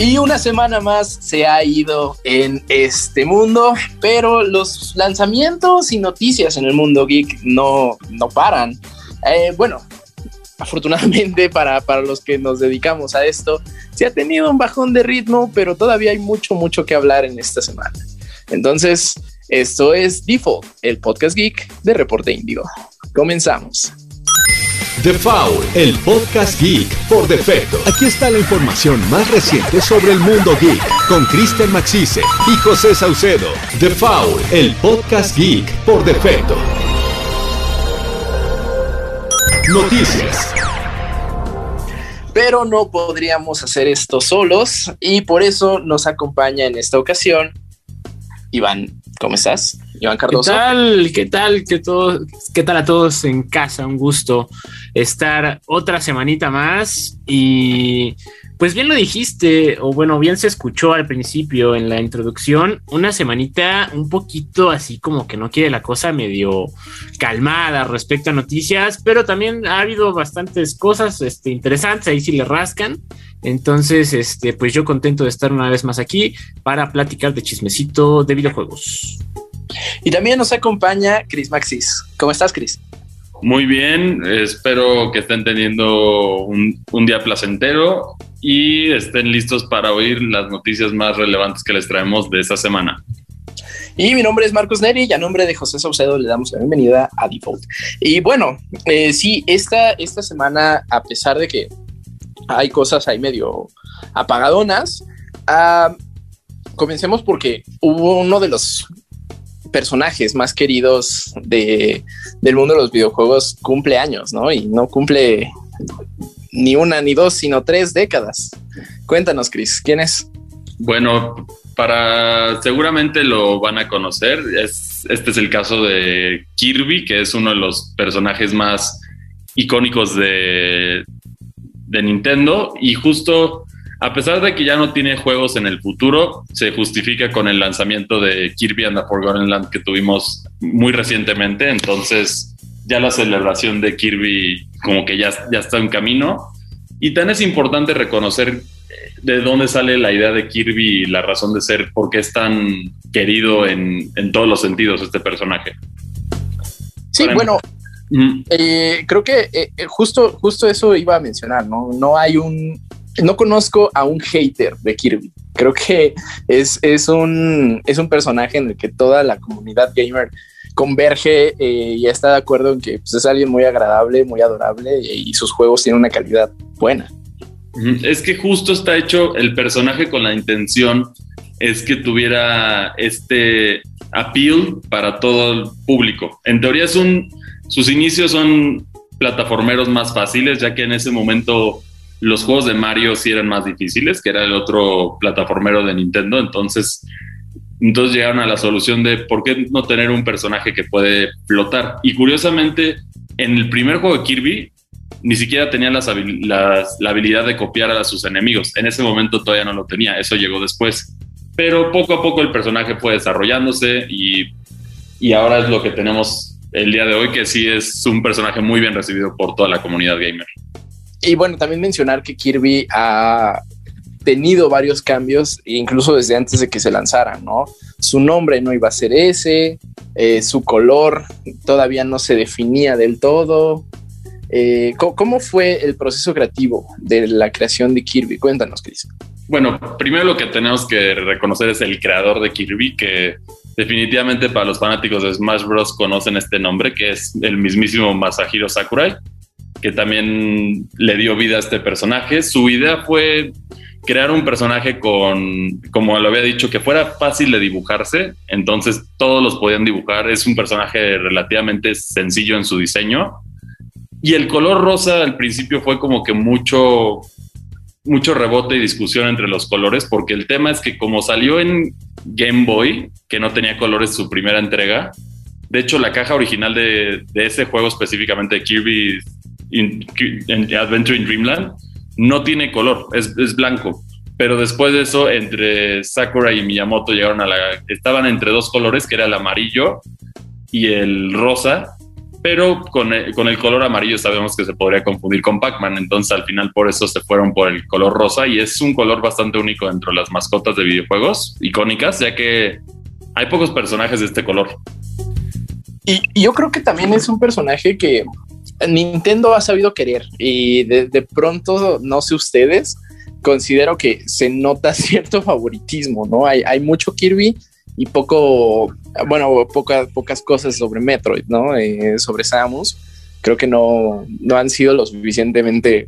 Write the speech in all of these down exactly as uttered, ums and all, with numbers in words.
Y una semana más se ha ido en este mundo, pero los lanzamientos y noticias en el mundo geek no, no paran. Eh, bueno, afortunadamente para, para los que nos dedicamos a esto, se ha tenido un bajón de ritmo, pero todavía hay mucho, mucho que hablar en esta semana. Entonces, esto es Default, el podcast geek de Reporte Índigo. Comenzamos. The Foul, el podcast geek por defecto. Aquí está la información más reciente sobre el mundo geek con Cristian Maxice y José Saucedo. The Foul, el podcast geek por defecto. Noticias. Pero no podríamos hacer esto solos y por eso nos acompaña en esta ocasión Iván. ¿Cómo estás? Iván Cardoso. ¿Qué tal? ¿Qué tal? ¿Qué, todo, ¿Qué tal a todos en casa? Un gusto estar otra semanita más y pues bien lo dijiste, o bueno, bien se escuchó al principio en la introducción, una semanita un poquito así como que no quiere la cosa medio calmada respecto a noticias, pero también ha habido bastantes cosas este, interesantes, ahí sí le rascan. Entonces, este, pues yo contento de estar una vez más aquí para platicar de chismecito de videojuegos. Y también nos acompaña Chris Maxis. ¿Cómo estás, Chris? Muy bien, espero que estén teniendo un, un día placentero y estén listos para oír las noticias más relevantes que les traemos de esta semana. Y mi nombre es Marcos Neri y a nombre de José Saucedo le damos la bienvenida a Default. Y bueno, eh, sí, esta, esta semana, a pesar de que hay cosas ahí medio apagadonas, uh, comencemos porque hubo uno de los personajes más queridos de, del mundo de los videojuegos cumple años, ¿no? Y no cumple ni una ni dos, sino tres décadas. Cuéntanos, Chris, ¿quién es? Bueno, para seguramente lo van a conocer. Es, este es el caso de Kirby, que es uno de los personajes más icónicos de, de Nintendo. Y justo a pesar de que ya no tiene juegos en el futuro, se justifica con el lanzamiento de Kirby and the Forgotten Land que tuvimos muy recientemente. Entonces ya la celebración de Kirby como que ya, ya está en camino. Y tan es importante reconocer de dónde sale la idea de Kirby y la razón de ser, por qué es tan querido en, en todos los sentidos este personaje. Sí, Para bueno, mm. eh, creo que eh, justo, justo eso iba a mencionar, ¿no? No hay un... No conozco a un hater de Kirby. Creo que es, es, un, es un personaje en el que toda la comunidad gamer converge eh, y está de acuerdo en que pues, es alguien muy agradable, muy adorable y, y sus juegos tienen una calidad buena. Es que justo está hecho el personaje con la intención es que tuviera este appeal para todo el público. En teoría es un, sus inicios son plataformeros más fáciles, ya que en ese momento los juegos de Mario sí eran más difíciles, que era el otro plataformero de Nintendo. Entonces, entonces llegaron a la solución de por qué no tener un personaje que puede flotar. Y curiosamente, en el primer juego de Kirby, ni siquiera tenía las, las, la habilidad de copiar a sus enemigos. En ese momento todavía no lo tenía, eso llegó después. Pero poco a poco el personaje fue desarrollándose y, y ahora es lo que tenemos el día de hoy, que sí es un personaje muy bien recibido por toda la comunidad gamer. Y bueno, también mencionar que Kirby ha tenido varios cambios, incluso desde antes de que se lanzaran, ¿no? Su nombre no iba a ser ese, eh, su color todavía no se definía del todo. Eh, ¿cómo, ¿Cómo fue el proceso creativo de la creación de Kirby? Cuéntanos, Chris. Bueno, primero lo que tenemos que reconocer es el creador de Kirby, que definitivamente para los fanáticos de Smash Bros. Conocen este nombre, que es el mismísimo Masahiro Sakurai, que también le dio vida a este personaje. Su idea fue crear un personaje con, como lo había dicho, que fuera fácil de dibujarse, entonces todos los podían dibujar. Es un personaje relativamente sencillo en su diseño. Y el color rosa al principio fue como que mucho, mucho rebote y discusión entre los colores, porque el tema es que como salió en Game Boy, que no tenía colores su primera entrega, de hecho la caja original de, de ese juego específicamente de Kirby In, in Adventure in Dreamland no tiene color, es, es blanco. Pero después de eso, entre Sakurai y Miyamoto llegaron a la... Estaban entre dos colores, que era el amarillo y el rosa, pero con el, con el color amarillo sabemos que se podría confundir con Pac-Man, entonces al final por eso se fueron por el color rosa y es un color bastante único dentro de las mascotas de videojuegos icónicas, ya que hay pocos personajes de este color. Y, y yo creo que también es un personaje que Nintendo ha sabido querer y de, de pronto, no sé ustedes, considero que se nota cierto favoritismo, ¿no? Hay, hay mucho Kirby y poco, bueno, poca, pocas cosas sobre Metroid, ¿no? Eh, sobre Samus. Creo que no, no han sido lo suficientemente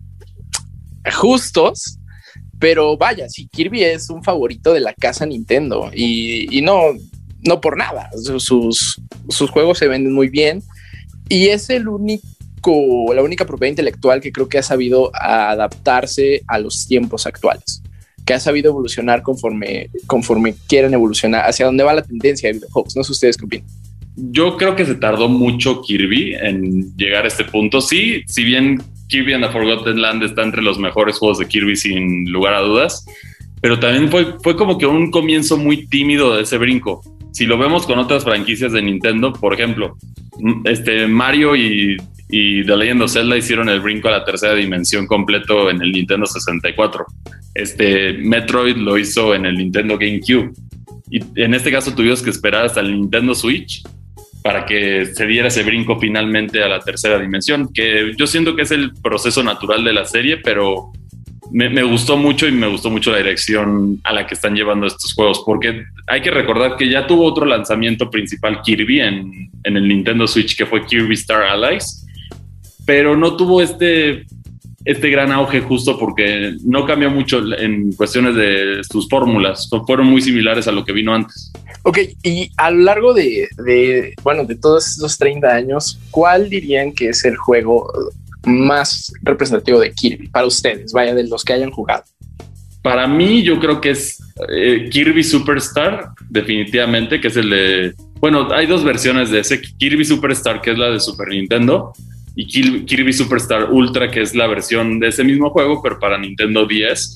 justos, pero vaya, sí, Kirby es un favorito de la casa Nintendo y, y no, no por nada. Sus, sus juegos se venden muy bien y es el único, la única propiedad intelectual que creo que ha sabido adaptarse a los tiempos actuales, que ha sabido evolucionar conforme, conforme quieren evolucionar, hacia dónde va la tendencia de videojuegos. No sé ustedes qué opinan. Yo creo que se tardó mucho Kirby en llegar a este punto. Sí, si bien Kirby and the Forgotten Land está entre los mejores juegos de Kirby sin lugar a dudas, pero también fue, fue como que un comienzo muy tímido de ese brinco. Si lo vemos con otras franquicias de Nintendo, por ejemplo, este Mario y, y The Legend of Zelda hicieron el brinco a la tercera dimensión completo en el Nintendo sesenta y cuatro. Este Metroid lo hizo en el Nintendo GameCube. Y en este caso tuvimos que esperar hasta el Nintendo Switch para que se diera ese brinco finalmente a la tercera dimensión, que yo siento que es el proceso natural de la serie, pero me, me gustó mucho y me gustó mucho la dirección a la que están llevando estos juegos, porque hay que recordar que ya tuvo otro lanzamiento principal Kirby en, en el Nintendo Switch, que fue Kirby Star Allies, pero no tuvo este, este gran auge justo porque no cambió mucho en cuestiones de sus fórmulas, fueron muy similares a lo que vino antes. Ok, y a lo largo de, de, bueno, de todos esos treinta años, ¿cuál dirían que es el juego más representativo de Kirby para ustedes? Vaya, de los que hayan jugado. Para mí, yo creo que es eh, Kirby Superstar, definitivamente, que es el de... Bueno, hay dos versiones de ese. Kirby Superstar, que es la de Super Nintendo, y Kirby Superstar Ultra, que es la versión de ese mismo juego, pero para Nintendo diez.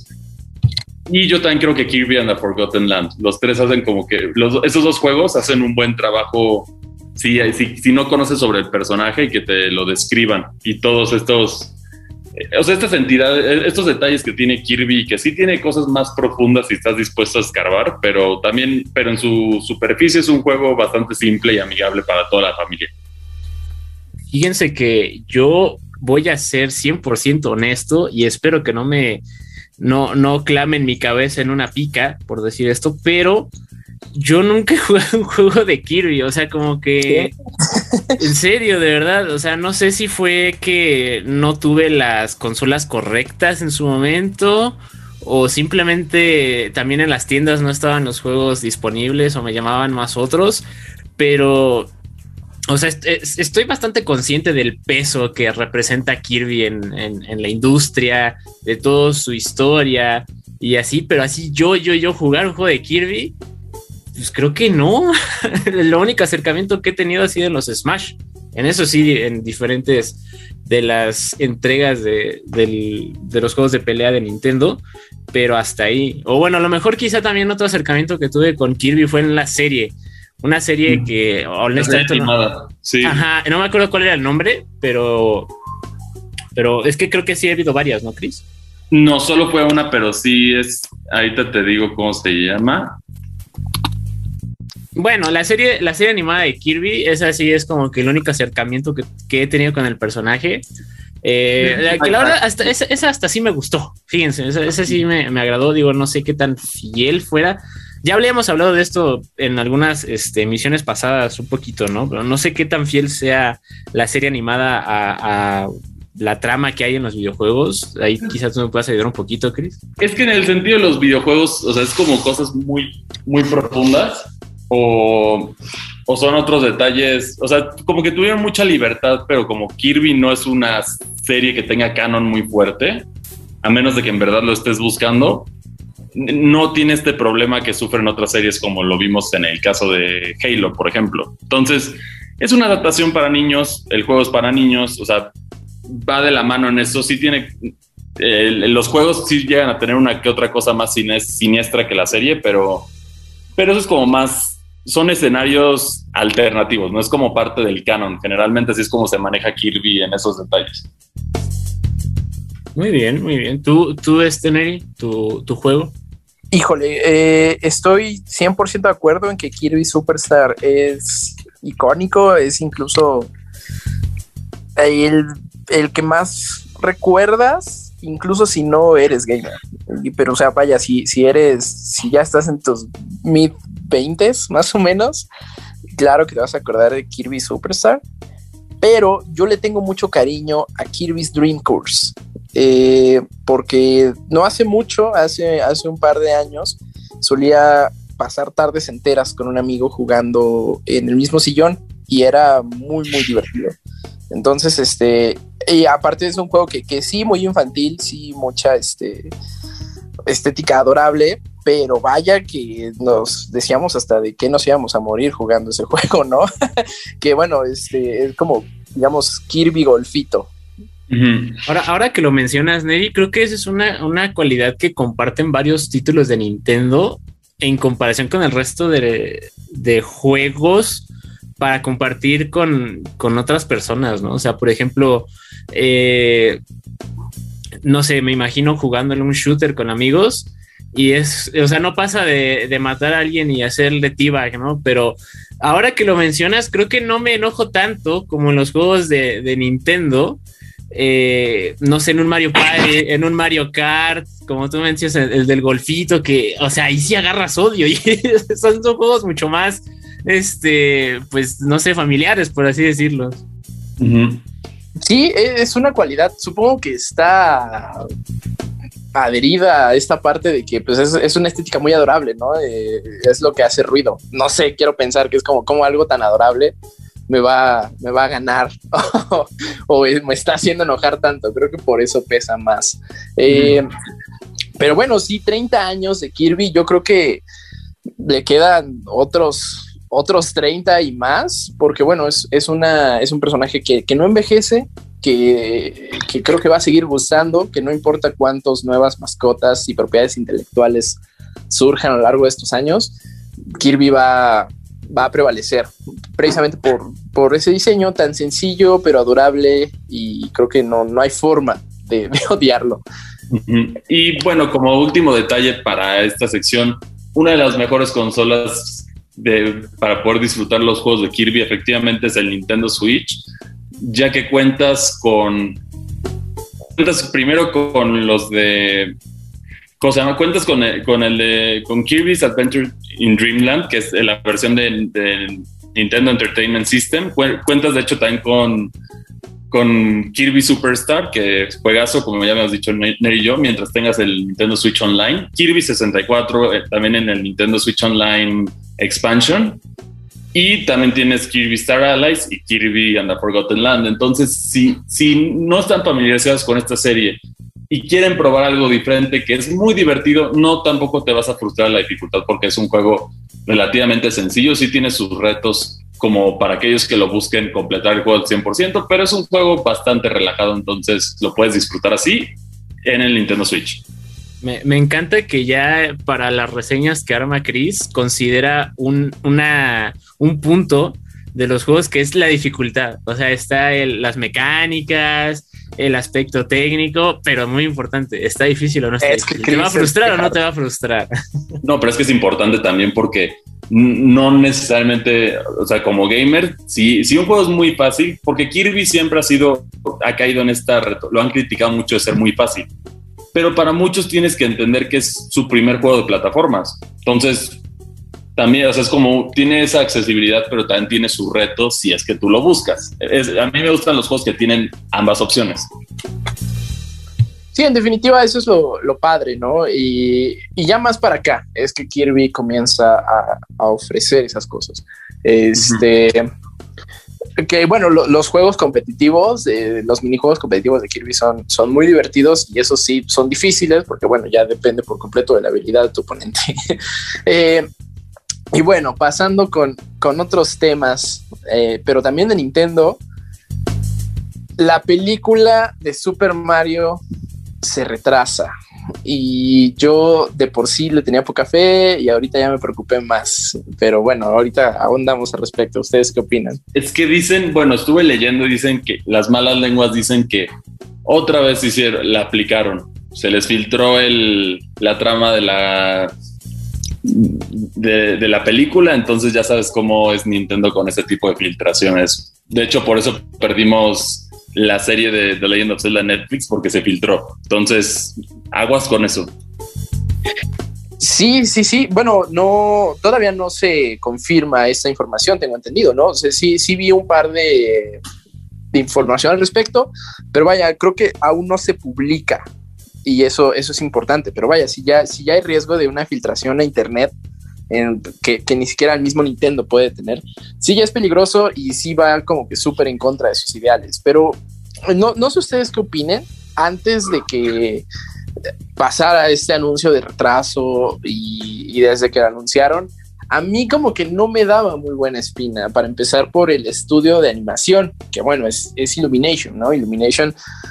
Y yo también creo que Kirby and the Forgotten Land. Los tres hacen como que... Los, esos dos juegos hacen un buen trabajo si, si, si no conoces sobre el personaje y que te lo describan. Y todos estos... O sea, estas entidades, estos detalles que tiene Kirby, que sí tiene cosas más profundas si estás dispuesto a escarbar, pero también, pero en su superficie es un juego bastante simple y amigable para toda la familia. Fíjense que yo voy a ser cien por ciento honesto y espero que no me... No, no clamen mi cabeza en una pica por decir esto, pero yo nunca he jugado un juego de Kirby, o sea, como que en serio, de verdad, o sea, no sé si fue que no tuve las consolas correctas en su momento o simplemente también en las tiendas no estaban los juegos disponibles o me llamaban más otros, pero... O sea, est- estoy bastante consciente del peso que representa Kirby en, en, en la industria, de toda su historia y así, pero así yo, yo, yo jugar un juego de Kirby, pues creo que no. El único acercamiento que he tenido ha sido en los Smash. En eso sí, en diferentes de las entregas de, del, de los juegos de pelea de Nintendo, pero hasta ahí. O bueno, a lo mejor quizá también otro acercamiento que tuve con Kirby fue en la serie. Una serie que honestamente no, sí. Ajá, no me acuerdo cuál era el nombre, pero pero es que creo que sí ha habido varias, ¿no, Chris? No, solo fue una, pero sí es, ahorita te digo cómo se llama. Bueno, la serie, la serie animada de Kirby, esa sí es como que el único acercamiento que, que he tenido con el personaje. Eh, la, que la verdad, hasta, esa, esa hasta sí me gustó. Fíjense, esa, esa sí me, me agradó. Digo, no sé qué tan fiel fuera. Ya habíamos hablado de esto en algunas este, emisiones pasadas un poquito, ¿no? Pero no sé qué tan fiel sea la serie animada a, a la trama que hay en los videojuegos. Ahí quizás tú me puedas ayudar un poquito, Chris. Es que en el sentido de los videojuegos, o sea, es como cosas muy, muy profundas o, o son otros detalles. O sea, como que tuvieron mucha libertad, pero como Kirby no es una serie que tenga canon muy fuerte, a menos de que en verdad lo estés buscando, no tiene este problema que sufren otras series como lo vimos en el caso de Halo, por ejemplo. Entonces, es una adaptación para niños, el juego es para niños, o sea, va de la mano en eso. Sí tiene, eh, los juegos sí llegan a tener una que otra cosa más siniestra que la serie, pero, pero eso es como más, son escenarios alternativos, no es como parte del canon. Generalmente así es como se maneja Kirby en esos detalles. Muy bien, muy bien. ¿Tú, tú este, Neri, tu, tu juego? Híjole, eh, estoy cien por ciento de acuerdo en que Kirby Superstar es icónico, es incluso el, el que más recuerdas, incluso si no eres gamer. Pero, o sea, vaya, si, si eres, si ya estás en tus mid veintes, más o menos, claro que te vas a acordar de Kirby Superstar. Pero yo le tengo mucho cariño a Kirby's Dream Course. Eh, porque no hace mucho, hace, hace un par de años, solía pasar tardes enteras con un amigo jugando en el mismo sillón y era muy, muy divertido. Entonces, este, y aparte es un juego que, que sí, muy infantil, sí, mucha este, estética adorable, pero vaya que nos decíamos hasta de que nos íbamos a morir jugando ese juego, ¿no? Que bueno, este, es como, digamos, Kirby Golfito. Uh-huh. Ahora, ahora que lo mencionas, Neri, creo que esa es una, una cualidad que comparten varios títulos de Nintendo en comparación con el resto de, de juegos para compartir con, con otras personas, ¿no? O sea, por ejemplo, eh, no sé, me imagino jugando en un shooter con amigos y es, o sea, no pasa de, de matar a alguien y hacerle teabag, ¿no? Pero ahora que lo mencionas, creo que no me enojo tanto como en los juegos de, de Nintendo. Eh, no sé, en un Mario Party, en un Mario Kart, como tú mencionas, el, el del golfito, que, o sea, ahí sí agarras odio y son, son juegos mucho más, este, pues, no sé, familiares, por así decirlo. Uh-huh. Sí, es una cualidad, supongo que está adherida a esta parte de que pues es, es una estética muy adorable, ¿no? Eh, es lo que hace ruido. No sé, quiero pensar que es como, como algo tan adorable me va, me va a ganar o, o me está haciendo enojar tanto. Creo que por eso pesa más. Eh, mm. Pero bueno, sí, treinta años de Kirby, yo creo que le quedan otros, otros treinta y más, porque bueno, es, es, una, es un personaje que, que no envejece, que, que creo que va a seguir gustando, que no importa cuántas nuevas mascotas y propiedades intelectuales surjan a lo largo de estos años, Kirby va... va a prevalecer precisamente por, por ese diseño tan sencillo pero adorable, y creo que no, no hay forma de, de odiarlo. Y bueno, como último detalle para esta sección, una de las mejores consolas de, para poder disfrutar los juegos de Kirby efectivamente es el Nintendo Switch, ya que cuentas con cuentas primero con los de ¿Cómo se llama? Cuentas con el, con el de con Kirby's Adventure in Dreamland, que es la versión de, de Nintendo Entertainment System. Cuentas, de hecho, también con, con Kirby Superstar, que es juegazo, como ya me has dicho Neri y yo, mientras tengas el Nintendo Switch Online. Kirby sesenta y cuatro, eh, también en el Nintendo Switch Online Expansion. Y también tienes Kirby Star Allies y Kirby and the Forgotten Land. Entonces, si, si no están familiarizados con esta serie y quieren probar algo diferente, que es muy divertido, no tampoco te vas a frustrar la dificultad, porque es un juego relativamente sencillo. Sí tiene sus retos como para aquellos que lo busquen completar el juego al cien por ciento, pero es un juego bastante relajado, entonces lo puedes disfrutar así en el Nintendo Switch. Me, me encanta que ya para las reseñas que arma Chris considera un, una, un punto de los juegos que es la dificultad. O sea, está el, las mecánicas, el aspecto técnico, pero muy importante, ¿está difícil o no está es difícil? Que ¿Te va a frustrar o no te va a frustrar? No, pero es que es importante también porque no necesariamente, o sea, como gamer, si, si un juego es muy fácil, porque Kirby siempre ha sido, ha caído en esta reto, lo han criticado mucho de ser muy fácil, pero para muchos tienes que entender que es su primer juego de plataformas. Entonces, también, o sea, es como, tiene esa accesibilidad, pero también tiene su reto si es que tú lo buscas. Es, a mí me gustan los juegos que tienen ambas opciones. Sí, en definitiva, eso es lo, lo padre, ¿no? Y, y ya más para acá es que Kirby comienza a, a ofrecer esas cosas. Este, uh-huh. Que bueno, lo, los juegos competitivos, eh, los minijuegos competitivos de Kirby son, son muy divertidos, y eso sí, son difíciles, porque bueno, ya depende por completo de la habilidad de tu oponente. eh, Y bueno, pasando con, con otros temas, eh, pero también de Nintendo, la película de Super Mario se retrasa. y yo de por sí le tenía poca fe y ahorita ya me preocupé más. Pero bueno, ahorita ahondamos al respecto. ¿Ustedes qué opinan? Es que dicen, bueno, estuve leyendo y dicen que las malas lenguas dicen que otra vez hicieron, la aplicaron. Se les filtró el, la trama de la de, de la película, entonces ya sabes cómo es Nintendo con ese tipo de filtraciones. De hecho, por eso perdimos la serie de The Legend of Zelda en Netflix, porque se filtró. Entonces, aguas con eso. Sí, sí, sí. Bueno, no, todavía no se confirma esta información, tengo entendido, ¿no? O sea, sí, sí vi un par de, de información al respecto, pero vaya, creo que aún no se publica. Y eso, eso es importante, pero vaya, si ya, si ya hay riesgo de una filtración a internet en, que, que ni siquiera el mismo Nintendo puede tener, sí ya es peligroso y sí va como que súper en contra de sus ideales. Pero no, no sé ustedes qué opinen antes de que pasara este anuncio de retraso y, y desde que lo anunciaron. A mí como que no me daba muy buena espina, para empezar por el estudio de animación, que bueno, es, es Illumination, ¿no? Illumination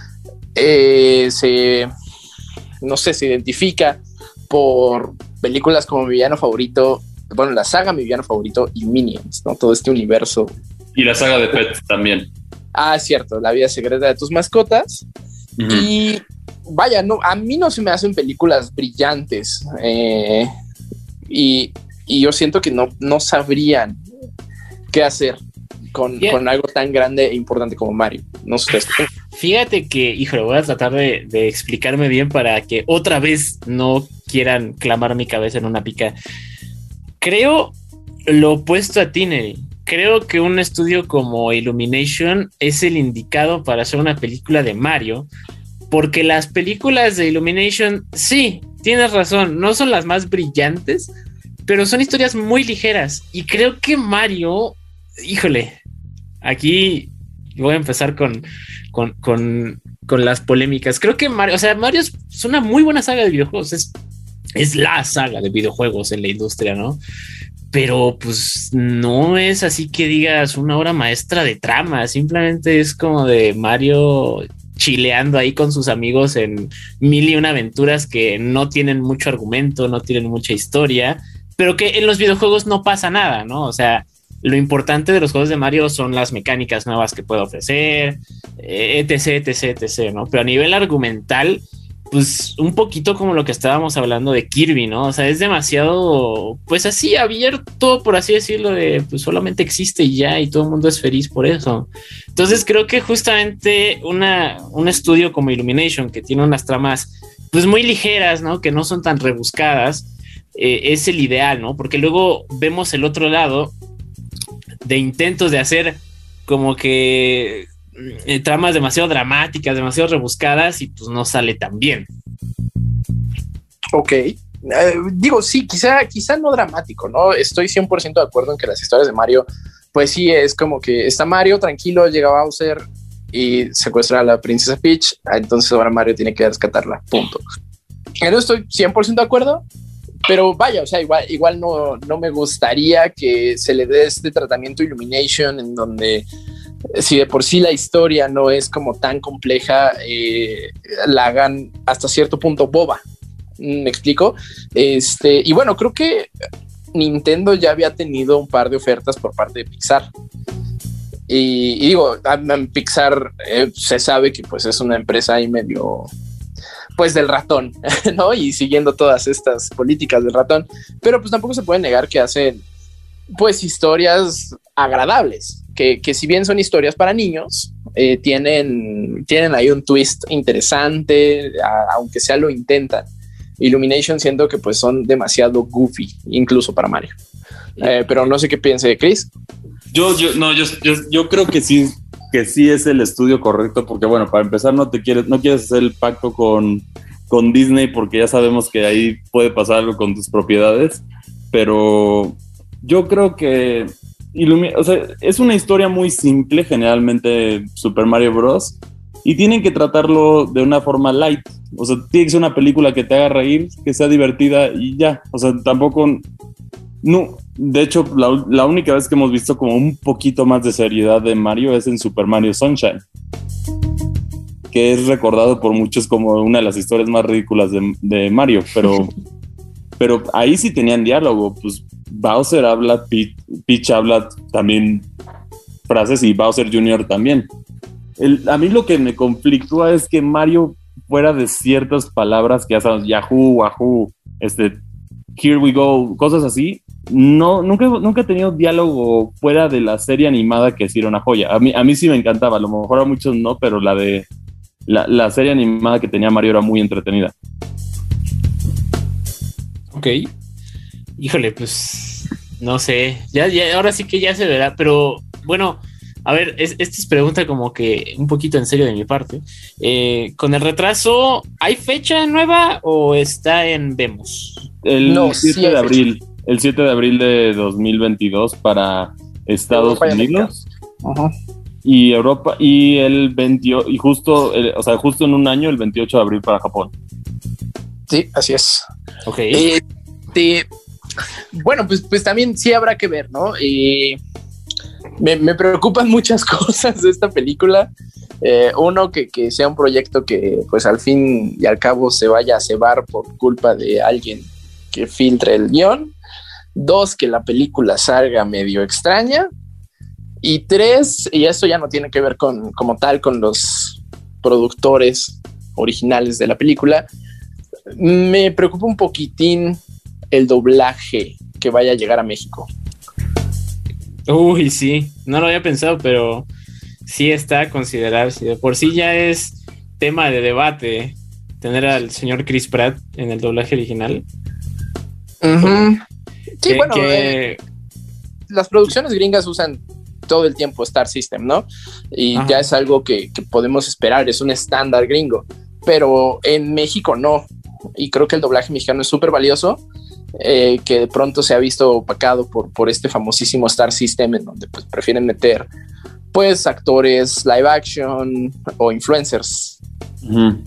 eh, se... no sé, se identifica por películas como mi villano favorito, bueno, la saga Mi villano favorito y Minions, ¿no? Todo este universo. Y la saga de Pets también. Ah, cierto, La vida secreta de tus mascotas. Uh-huh. Y vaya, no, a mí no se me hacen películas brillantes. Eh, y, y yo siento que no, no sabrían qué hacer con, yeah. con algo tan grande e importante como Mario. No sé ustedes. Fíjate que, híjole, voy a tratar de, de explicarme bien para que otra vez no quieran clamar mi cabeza en una pica. Creo lo opuesto a ti, Neri. Creo que un estudio como Illumination es el indicado para hacer una película de Mario, porque las películas de Illumination, sí, tienes razón, no son las más brillantes, pero son historias muy ligeras. Y creo que Mario, híjole, aquí voy a empezar con... Con, con, con las polémicas. Creo que Mario, o sea, Mario es, es una muy buena saga de videojuegos, es, es la saga de videojuegos en la industria, ¿no? Pero pues no es así que digas una obra maestra de trama, simplemente es como de Mario chileando ahí con sus amigos en mil y una aventuras que no tienen mucho argumento, no tienen mucha historia, pero que en los videojuegos no pasa nada, ¿no? O sea, lo importante de los juegos de Mario son las mecánicas nuevas que puede ofrecer, etc, etc, etc, ¿no? Pero a nivel argumental, pues un poquito como lo que estábamos hablando de Kirby, ¿no? O sea, es demasiado, pues así, abierto, por así decirlo, de pues solamente existe y ya, y todo el mundo es feliz por eso. Entonces creo que justamente una, un estudio como Illumination, que tiene unas tramas pues muy ligeras, ¿no? Que no son tan rebuscadas, eh, es el ideal, ¿no? Porque luego vemos el otro lado de intentos de hacer como que eh, tramas demasiado dramáticas, demasiado rebuscadas y pues no sale tan bien. Ok, eh, digo, sí, quizá, quizá no dramático, ¿no? Estoy cien por ciento de acuerdo en que las historias de Mario, pues sí, es como que está Mario tranquilo, llega Bowser y secuestra a la princesa Peach, entonces ahora Mario tiene que rescatarla, punto. En eso estoy cien por ciento de acuerdo. Pero vaya, o sea, igual, igual no, no me gustaría que se le dé este tratamiento Illumination en donde si de por sí la historia no es como tan compleja, eh, la hagan hasta cierto punto boba. ¿Me explico? Este, y bueno, creo que Nintendo ya había tenido un par de ofertas por parte de Pixar. Y, y digo, Pixar eh, se sabe que pues es una empresa ahí medio... pues del ratón, ¿no? Y siguiendo todas estas políticas del ratón, pero pues tampoco se puede negar que hacen pues historias agradables, que, que si bien son historias para niños, eh, tienen, tienen ahí un twist interesante, a, aunque sea lo intentan. Illumination siento que pues son demasiado goofy, incluso para Mario. Eh, pero no sé qué piense Chris. Yo, yo, no, yo, yo, yo creo que sí, que sí es el estudio correcto, porque bueno, para empezar no te quieres, no quieres hacer el pacto con, con Disney, porque ya sabemos que ahí puede pasar algo con tus propiedades, pero yo creo que Illumi- o sea, es una historia muy simple, generalmente Super Mario Bros., y tienen que tratarlo de una forma light, o sea, tiene que ser una película que te haga reír, que sea divertida y ya, o sea, tampoco... No, de hecho, la, la única vez que hemos visto como un poquito más de seriedad de Mario es en Super Mario Sunshine. que es recordado por muchos como una de las historias más ridículas de, de Mario, pero, pero ahí sí tenían diálogo, pues Bowser habla, Peach, Peach habla también frases y Bowser junior también. El, a mí lo que me conflictúa es que Mario, fuera de ciertas palabras que ya sabes, Yahoo, Wahoo, este, Here we go, cosas así, no, nunca, nunca he tenido diálogo fuera de la serie animada que sí era una joya. A mí, a mí sí me encantaba, a lo mejor a muchos no, pero la de la, la serie animada que tenía Mario era muy entretenida. Ok. Híjole, pues no sé. Ya, ya, ahora sí que ya se verá, pero bueno, a ver, es, esta es pregunta como que un poquito en serio de mi parte. Eh, con el retraso, ¿hay fecha nueva o está en vemos? El No, siete sí hay de fecha. abril, el siete de abril de dos mil veintidós para Estados Europa y Unidos Ajá. y Europa, y el veintiocho, y justo, el, o sea, justo en un año, el veintiocho de abril para Japón. Sí, así es. Ok. Eh, te- bueno, pues, pues también sí habrá que ver, ¿no? Eh, me, me preocupan muchas cosas de esta película. Eh, uno, que, que sea un proyecto que pues al fin y al cabo se vaya a cebar por culpa de alguien que filtre el guión. Dos, que la película salga medio extraña. Y tres, y esto ya no tiene que ver con como tal con los productores originales de la película, me preocupa un poquitín el doblaje que vaya a llegar a México. Uy, sí, no lo había pensado, pero sí está a considerarse. De por sí ya es tema de debate tener al señor Chris Pratt en el doblaje original. Uh-huh. Sí, que, bueno, que... eh, las producciones gringas usan todo el tiempo Star System, ¿no? Y Ajá. ya es algo que, que podemos esperar, es un estándar gringo, pero en México no. Y creo que el doblaje mexicano es súper valioso, eh, que de pronto se ha visto opacado por, por este famosísimo Star System, en donde pues, prefieren meter pues actores live action o influencers. Uh-huh.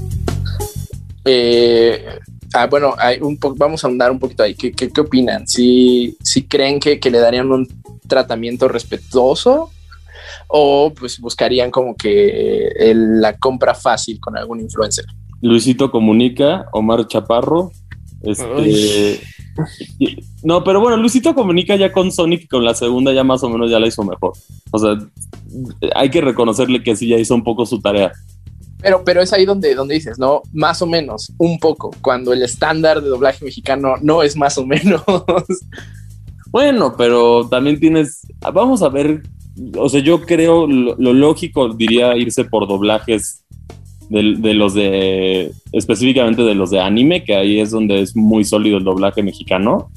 Eh, ah, bueno, hay un po- vamos a ahondar un poquito ahí. ¿Qué, qué, qué opinan? ¿Si, si creen que, que le darían un tratamiento respetuoso o pues buscarían como que el, la compra fácil con algún influencer? Luisito Comunica, Omar Chaparro, este... No, pero bueno, Luisito Comunica ya con Sonic, con la segunda ya más o menos ya la hizo mejor. O sea, hay que reconocerle que sí ya hizo un poco su tarea. Pero, pero es ahí donde, donde dices, ¿no? Más o menos, un poco, cuando el estándar de doblaje mexicano no es más o menos. Bueno, pero también tienes... Vamos a ver, o sea, yo creo lo, lo lógico diría irse por doblajes de, de los de... específicamente de los de anime, que ahí es donde es muy sólido el doblaje mexicano.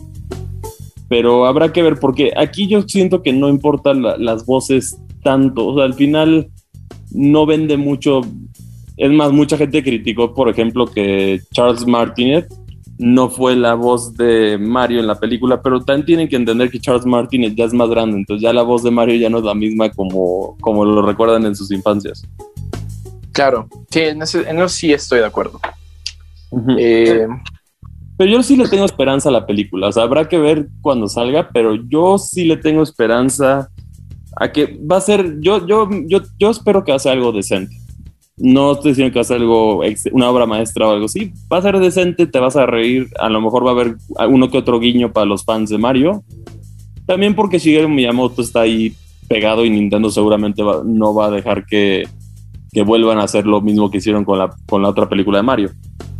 Pero habrá que ver, porque aquí yo siento que no importan la, las voces tanto. O sea, al final no vende mucho... Es más, mucha gente criticó, por ejemplo, que Charles Martinet no fue la voz de Mario en la película, pero también tienen que entender que Charles Martinet ya es más grande, entonces ya la voz de Mario ya no es la misma como, como lo recuerdan en sus infancias. Claro, sí, en eso, en eso sí estoy de acuerdo. Uh-huh. Eh... Pero yo sí le tengo esperanza a la película, o sea, habrá que ver cuando salga, pero yo sí le tengo esperanza a que va a ser, yo, yo, yo, yo espero que va a ser algo decente. No estoy diciendo que va a ser algo, una obra maestra o algo así. Va a ser decente, te vas a reír. A lo mejor va a haber uno que otro guiño para los fans de Mario. También porque Shigeru Miyamoto está ahí pegado y Nintendo seguramente va, no va a dejar que, que vuelvan a hacer lo mismo que hicieron con la, con la otra película de Mario.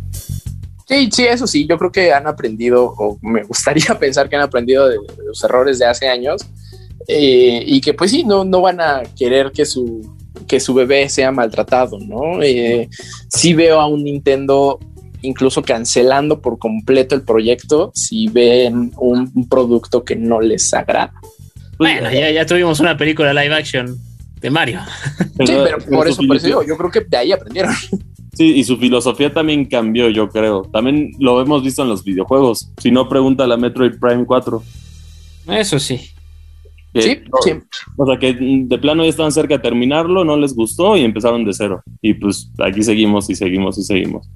Sí, sí, eso sí. Yo creo que han aprendido, o me gustaría pensar que han aprendido de, de los errores de hace años. Eh, y que pues sí, no, no van a querer que su... que su bebé sea maltratado, ¿no? Eh, sí veo a un Nintendo incluso cancelando por completo el proyecto si ven un, un producto que no les agrada. Bueno, ya, ya tuvimos una película live action de Mario. Sí, pero por eso, por eso yo, yo creo que de ahí aprendieron. Sí, y su filosofía también cambió, yo creo. También lo hemos visto en los videojuegos. Si no, pregunta a la Metroid Prime cuatro. Eso sí. Que, sí, no, sí. O sea, que de plano ya estaban cerca de terminarlo, no les gustó y empezaron de cero. Y pues aquí seguimos y seguimos y seguimos.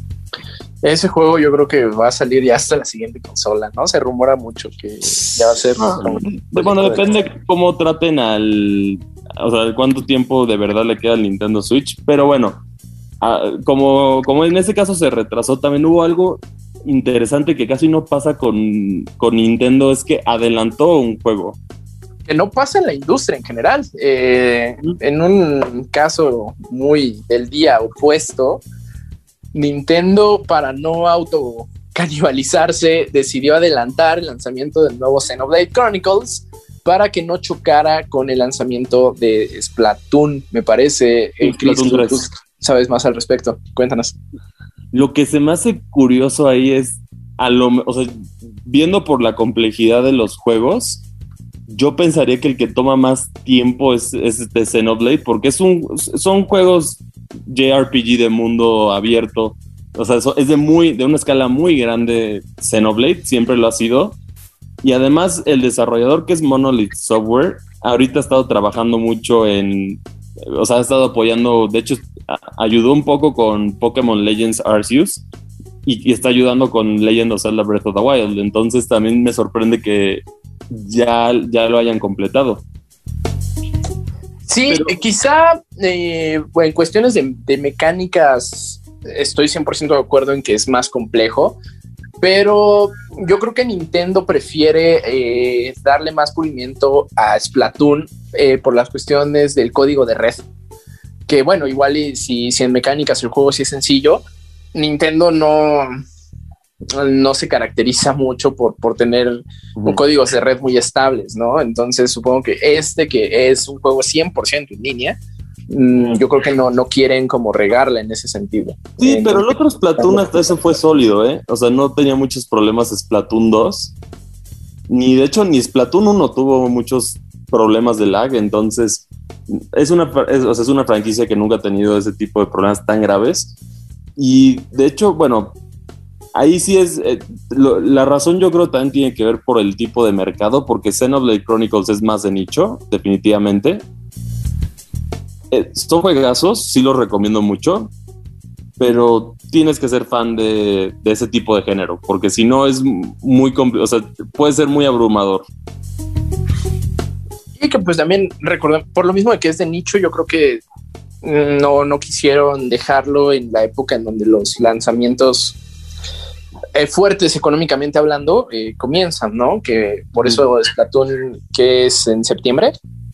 Ese juego yo creo que va a salir ya hasta la siguiente consola, ¿no? Se rumora mucho que ya va a ser... Ah, bueno, depende de cómo traten al... O sea, cuánto tiempo de verdad le queda al Nintendo Switch. Pero bueno, ah, como, como en ese caso se retrasó, también hubo algo interesante que casi no pasa con, con Nintendo, es que adelantó un juego. Que no pasa en la industria en general. Eh, en un caso muy del día opuesto, Nintendo, para no auto canibalizarse, decidió adelantar el lanzamiento del nuevo Xenoblade Chronicles para que no chocara con el lanzamiento de Splatoon, me parece. Sí, Chris, Splatoon tú sabes más al respecto. Cuéntanos. Lo que se me hace curioso ahí es, a lo, o sea, viendo por la complejidad de los juegos, yo pensaría que el que toma más tiempo es, es este Xenoblade, porque es un, son juegos J R P G de mundo abierto. O sea, es de, muy, de una escala muy grande Xenoblade, siempre lo ha sido. Y además el desarrollador, que es Monolith Software, ahorita ha estado trabajando mucho en... O sea, ha estado apoyando, de hecho, ayudó un poco con Pokémon Legends Arceus y, y está ayudando con Legend of Zelda Breath of the Wild. Entonces también me sorprende que ya, ya lo hayan completado. Sí, Pero... quizá eh, en cuestiones de, de mecánicas estoy cien por ciento de acuerdo en que es más complejo, pero yo creo que Nintendo prefiere eh, darle más pulimiento a Splatoon eh, por las cuestiones del código de red. Que bueno, igual y si, si en mecánicas el juego sí es sencillo, Nintendo no, no se caracteriza mucho por, por tener uh-huh. códigos de red muy estables, ¿no? Entonces supongo que este, que es un juego cien por ciento en línea, yo creo que no, no quieren como regarla en ese sentido. Sí, en pero el otro Splatoon hasta eso fue sólido, ¿eh? O sea, no tenía muchos problemas Splatoon dos. Ni de hecho, ni Splatoon uno tuvo muchos problemas de lag. Entonces, es una, es, o sea, es una franquicia que nunca ha tenido ese tipo de problemas tan graves. Y de hecho, bueno, ahí sí es... Eh, lo, la razón yo creo también tiene que ver por el tipo de mercado, porque Xenoblade Chronicles es más de nicho, definitivamente. Eh, son juegazos, sí los recomiendo mucho, pero tienes que ser fan de, de ese tipo de género, porque si no es muy complicado, o sea, puede ser muy abrumador. Y que pues también recordar, por lo mismo de que es de nicho, yo creo que no, no quisieron dejarlo en la época en donde los lanzamientos eh, fuertes económicamente hablando eh, comienzan, ¿no? Que por eso Splatoon, que es en septiembre.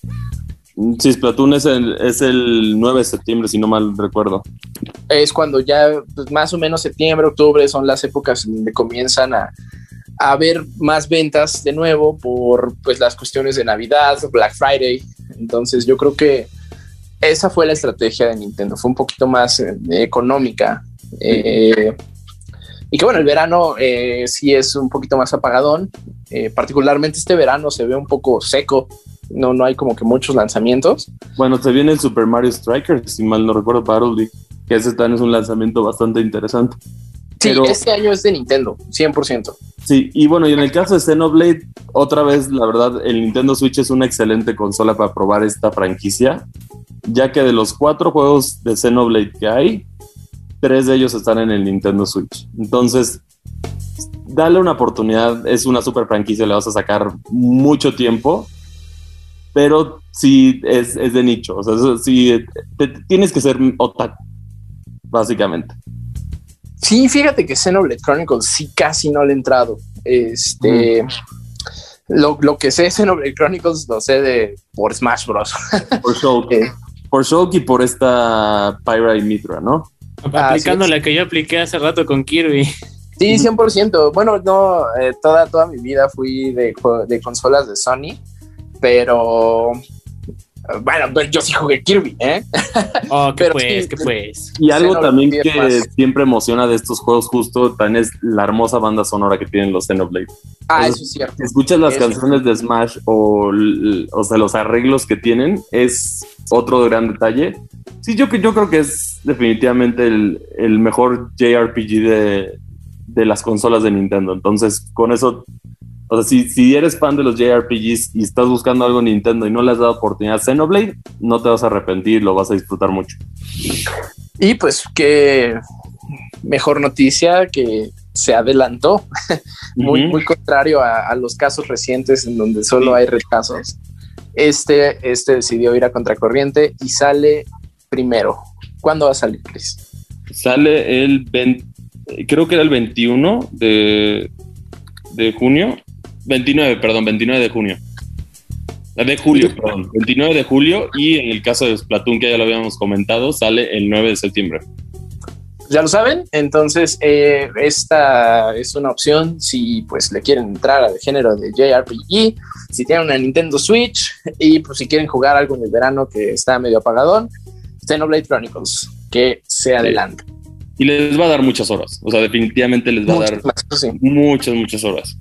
Sí, Splatoon es el, es el nueve de septiembre, si no mal recuerdo. Es cuando ya pues, más o menos septiembre, octubre son las épocas en donde comienzan a, a haber más ventas de nuevo por pues, las cuestiones de Navidad, Black Friday. Entonces yo creo que esa fue la estrategia de Nintendo, fue un poquito más eh, económica. Eh, y que bueno, el verano eh, sí es un poquito más apagadón. Eh, particularmente este verano se ve un poco seco. No, no hay como que muchos lanzamientos. Bueno, se viene el Super Mario Strikers, si mal no recuerdo, Battle League, que ese también es un lanzamiento bastante interesante. Sí, pero, este año es de Nintendo, cien por ciento. Sí, y bueno, y en el caso de Xenoblade, otra vez, la verdad, el Nintendo Switch es una excelente consola para probar esta franquicia, ya que de los cuatro juegos de Xenoblade que hay, tres de ellos están en el Nintendo Switch. Entonces, dale una oportunidad, es una super franquicia, le vas a sacar mucho tiempo, pero sí es, es de nicho, o sea, eso, sí, te, te, tienes que ser otaku, básicamente. Sí, fíjate que Xenoblade Chronicles sí casi no le he entrado. Este, mm. lo, lo que sé de Xenoblade Chronicles lo sé de por Smash Bros. Por Shulk. eh. Por Shulk y por esta Pyra y Mithra, ¿no? Aplicando ah, sí, la que yo apliqué hace rato con Kirby. Sí, cien por ciento. Bueno, no, eh, toda, toda mi vida fui de, de consolas de Sony. Pero bueno, yo sí jugué Kirby, ¿eh? Oh, qué Pero pues, sí, qué pues. Y algo también que más. Siempre emociona de estos juegos justo también es la hermosa banda sonora que tienen los Xenoblade. Ah, Entonces, eso es cierto. Escuchas las eso canciones de Smash o, o sea, los arreglos que tienen, es otro gran detalle. Sí, yo, yo creo que es definitivamente el, el mejor J R P G de, de las consolas de Nintendo. Entonces, con eso... O sea, si, si eres fan de los J R P Gs y estás buscando algo en Nintendo y no le has dado oportunidad a Xenoblade, no te vas a arrepentir, lo vas a disfrutar mucho. Y pues qué mejor noticia que se adelantó, muy, uh-huh. muy contrario a, a los casos recientes en donde solo sí. hay retrasos. Este, este decidió ir a contracorriente y sale primero. ¿Cuándo va a salir, Chris? Sale el veinte, creo que era el veintiuno de, de junio. veintinueve, perdón, veintinueve de junio. De julio, perdón. veintinueve de julio, y en el caso de Splatoon, que ya lo habíamos comentado, sale el nueve de septiembre. Ya lo saben, entonces eh, esta es una opción si pues le quieren entrar al género de J R P G, si tienen una Nintendo Switch y pues si quieren jugar algo en el verano que está medio apagadón, Xenoblade Chronicles, que se adelante. Y les va a dar muchas horas, o sea, definitivamente les va muchas a dar más, sí. muchas, muchas horas.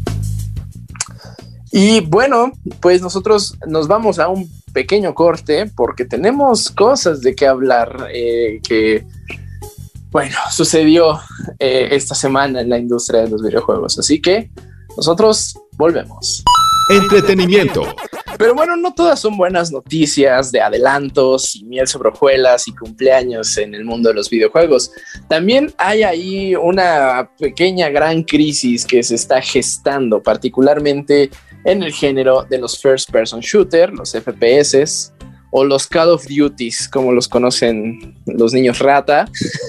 Y bueno, pues nosotros nos vamos a un pequeño corte porque tenemos cosas de qué hablar eh, que... Bueno, sucedió eh, esta semana en la industria de los videojuegos, así que nosotros volvemos. Entretenimiento. Pero bueno, no todas son buenas noticias de adelantos y miel sobre hojuelas y cumpleaños en el mundo de los videojuegos. También hay ahí una pequeña gran crisis que se está gestando, particularmente en el género de los first person shooter, los F P S, o los Call of Duties, como los conocen los niños rata.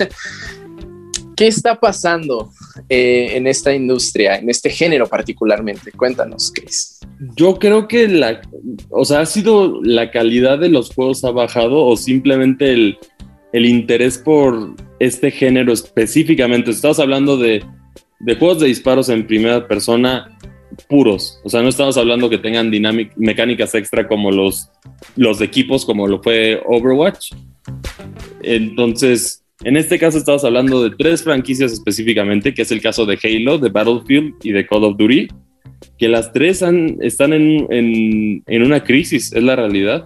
¿Qué está pasando eh, en esta industria, en este género particularmente? Cuéntanos, Chris. Yo creo que la, o sea, ha sido la calidad de los juegos ha bajado, o simplemente el, el interés por este género específicamente. Estamos hablando de, de juegos de disparos en primera persona puros, o sea, no estamos hablando que tengan dinámica, mecánicas extra como los, los equipos, como lo fue Overwatch. Entonces, en este caso estamos hablando de tres franquicias específicamente, que es el caso de Halo, de Battlefield y de Call of Duty, que las tres han, están en, en, en una crisis, es la realidad.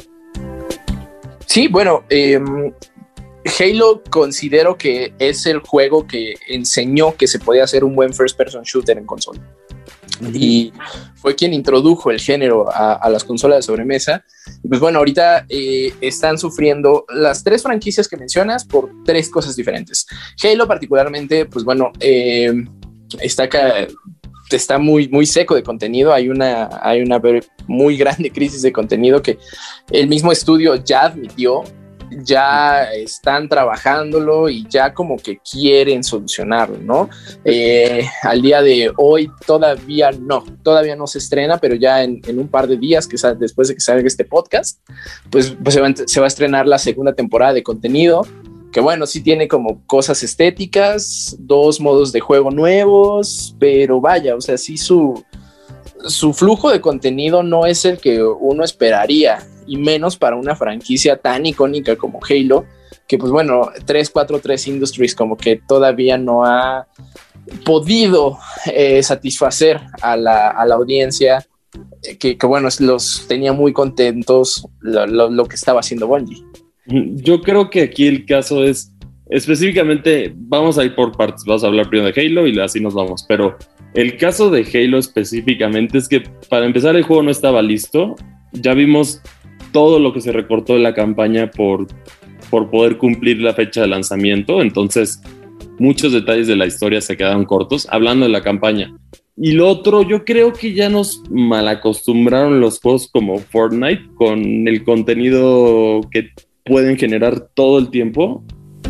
Sí, bueno, eh, Halo considero que es el juego que enseñó que se podía hacer un buen first person shooter en consola. Y fue quien introdujo el género a, a las consolas de sobremesa. Y pues bueno, ahorita eh, están sufriendo las tres franquicias que mencionas por tres cosas diferentes. Halo particularmente, pues bueno, eh, está acá, está muy, muy seco de contenido. Hay una, hay una muy grande crisis de contenido que el mismo estudio ya admitió. Ya están trabajándolo y ya como que quieren solucionarlo, ¿no? Eh, al día de hoy todavía no, todavía no se estrena, pero ya en, en un par de días, que sal, después de que salga este podcast, pues, pues se, va, se va a estrenar la segunda temporada de contenido, que bueno, sí tiene como cosas estéticas, dos modos de juego nuevos, pero vaya, o sea, sí su, su flujo de contenido no es el que uno esperaría, y menos para una franquicia tan icónica como Halo, que pues bueno, tres cuatro tres Industries como que todavía no ha podido eh, satisfacer a la, a la audiencia, eh, que, que bueno, los tenía muy contentos lo, lo, lo que estaba haciendo Bungie. Yo creo que aquí el caso es, específicamente, vamos a ir por partes, vamos a hablar primero de Halo y así nos vamos, pero el caso de Halo específicamente es que para empezar el juego no estaba listo, ya vimos todo lo que se recortó de la campaña por, por poder cumplir la fecha de lanzamiento, entonces muchos detalles de la historia se quedaron cortos, hablando de la campaña. Y lo otro, yo creo que ya nos malacostumbraron los juegos como Fortnite con el contenido que pueden generar todo el tiempo,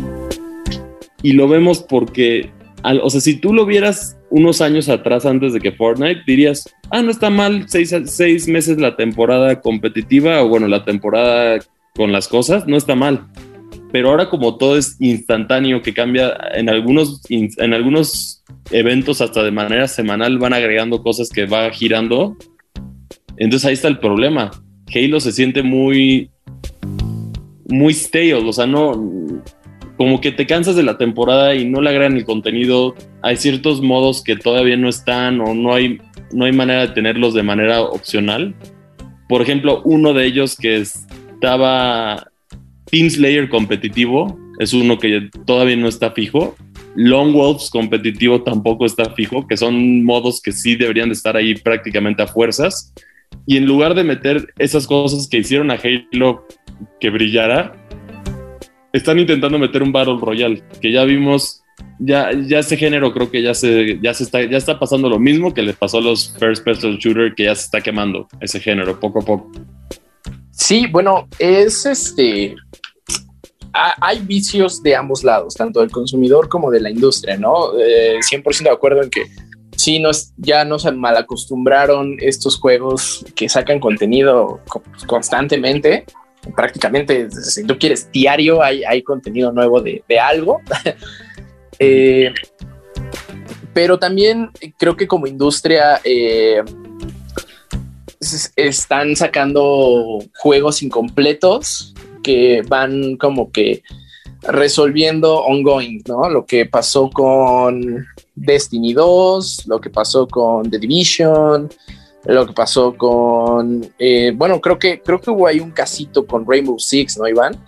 y lo vemos porque, al, o sea, si tú lo vieras unos años atrás antes de que Fortnite, dirías, ah, no está mal, seis, seis meses la temporada competitiva, o bueno, la temporada con las cosas, no está mal. Pero ahora como todo es instantáneo, que cambia en algunos, en algunos eventos hasta de manera semanal, van agregando cosas que va girando, entonces ahí está el problema. Halo se siente muy, muy stale, o sea, no... como que te cansas de la temporada y no le agregan el contenido. Hay ciertos modos que todavía no están, o no hay, no hay manera de tenerlos de manera opcional. Por ejemplo, uno de ellos que estaba Team Slayer competitivo, es uno que todavía no está fijo. Lone Wolves competitivo tampoco está fijo, que son modos que sí deberían de estar ahí prácticamente a fuerzas. Y en lugar de meter esas cosas que hicieron a Halo que brillara, están intentando meter un Battle Royale, que ya vimos, ya, ya ese género creo que ya se, ya se está, ya está pasando lo mismo que les pasó a los First Person Shooter, que ya se está quemando ese género poco a poco. Sí, bueno, es este, hay vicios de ambos lados, tanto del consumidor como de la industria, ¿no? Eh, cien por ciento de acuerdo en que sí, nos, ya nos malacostumbraron estos juegos que sacan contenido constantemente. Prácticamente, si tú quieres, diario hay, hay contenido nuevo de, de algo. eh, pero también creo que como industria eh, están sacando juegos incompletos que van como que resolviendo ongoing, ¿no? Lo que pasó con Destiny dos, lo que pasó con The Division, lo que pasó con eh, bueno, creo que creo que hubo ahí un casito con Rainbow Six, ¿no, Iván?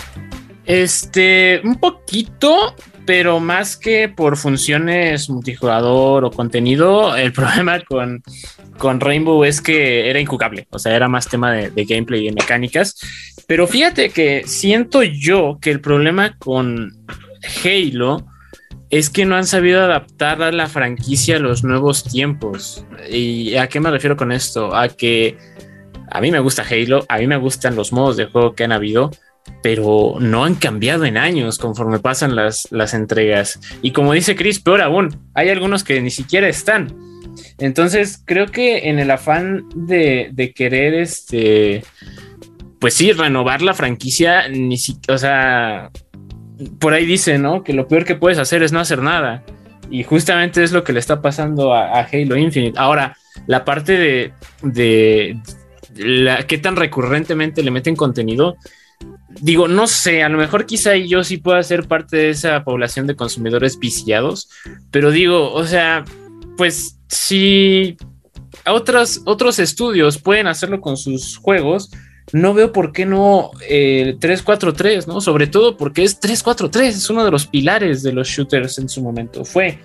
Este, un poquito, pero más que por funciones multijugador o contenido, el problema con, con Rainbow es que era injugable, o sea, era más tema de, de gameplay y de mecánicas. Pero fíjate que siento yo que el problema con Halo es que no han sabido adaptar a la franquicia a los nuevos tiempos. ¿Y a qué me refiero con esto? A que a mí me gusta Halo, a mí me gustan los modos de juego que han habido, pero no han cambiado en años conforme pasan las, las entregas. Y como dice Chris, peor aún, hay algunos que ni siquiera están. Entonces creo que en el afán de, de querer este... pues sí, renovar la franquicia, ni siquiera, o sea, por ahí dice, ¿no? Que lo peor que puedes hacer es no hacer nada. Y justamente es lo que le está pasando a, a Halo Infinite. Ahora, la parte de, de la, qué tan recurrentemente le meten contenido, digo, no sé, a lo mejor quizá yo sí pueda ser parte de esa población de consumidores viciados, pero digo, o sea, pues si otros, otros estudios pueden hacerlo con sus juegos, no veo por qué no eh, tres cuatro tres, ¿no? Sobre todo porque es tres cuatro tres, es uno de los pilares de los shooters en su momento, fue.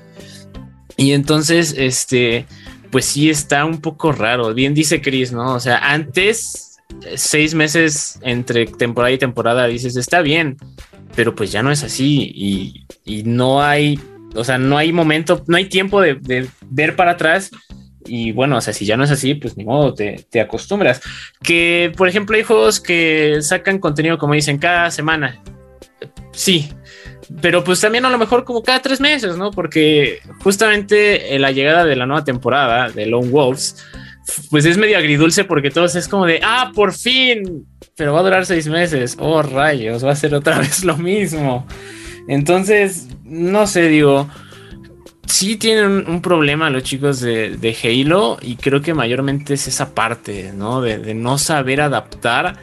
Y entonces, este, pues sí está un poco raro. Bien dice Chris, ¿no? O sea, antes, seis meses entre temporada y temporada, dices, está bien, pero pues ya no es así y, y no hay, o sea, no hay momento, no hay tiempo de, de ver para atrás. Y bueno, o sea, si ya no es así, pues ni modo, te, te acostumbras. Que, por ejemplo, hay juegos que sacan contenido, como dicen, cada semana. Sí, pero pues también a lo mejor como cada tres meses, ¿no? Porque justamente la llegada de la nueva temporada de Lone Wolves, pues es medio agridulce porque todos es como de, ah, por fin, pero va a durar seis meses. Oh, rayos, va a ser otra vez lo mismo. Entonces, no sé, digo... sí tienen un, un problema los chicos de, de Halo y creo que mayormente es esa parte, ¿no? De, de no saber adaptar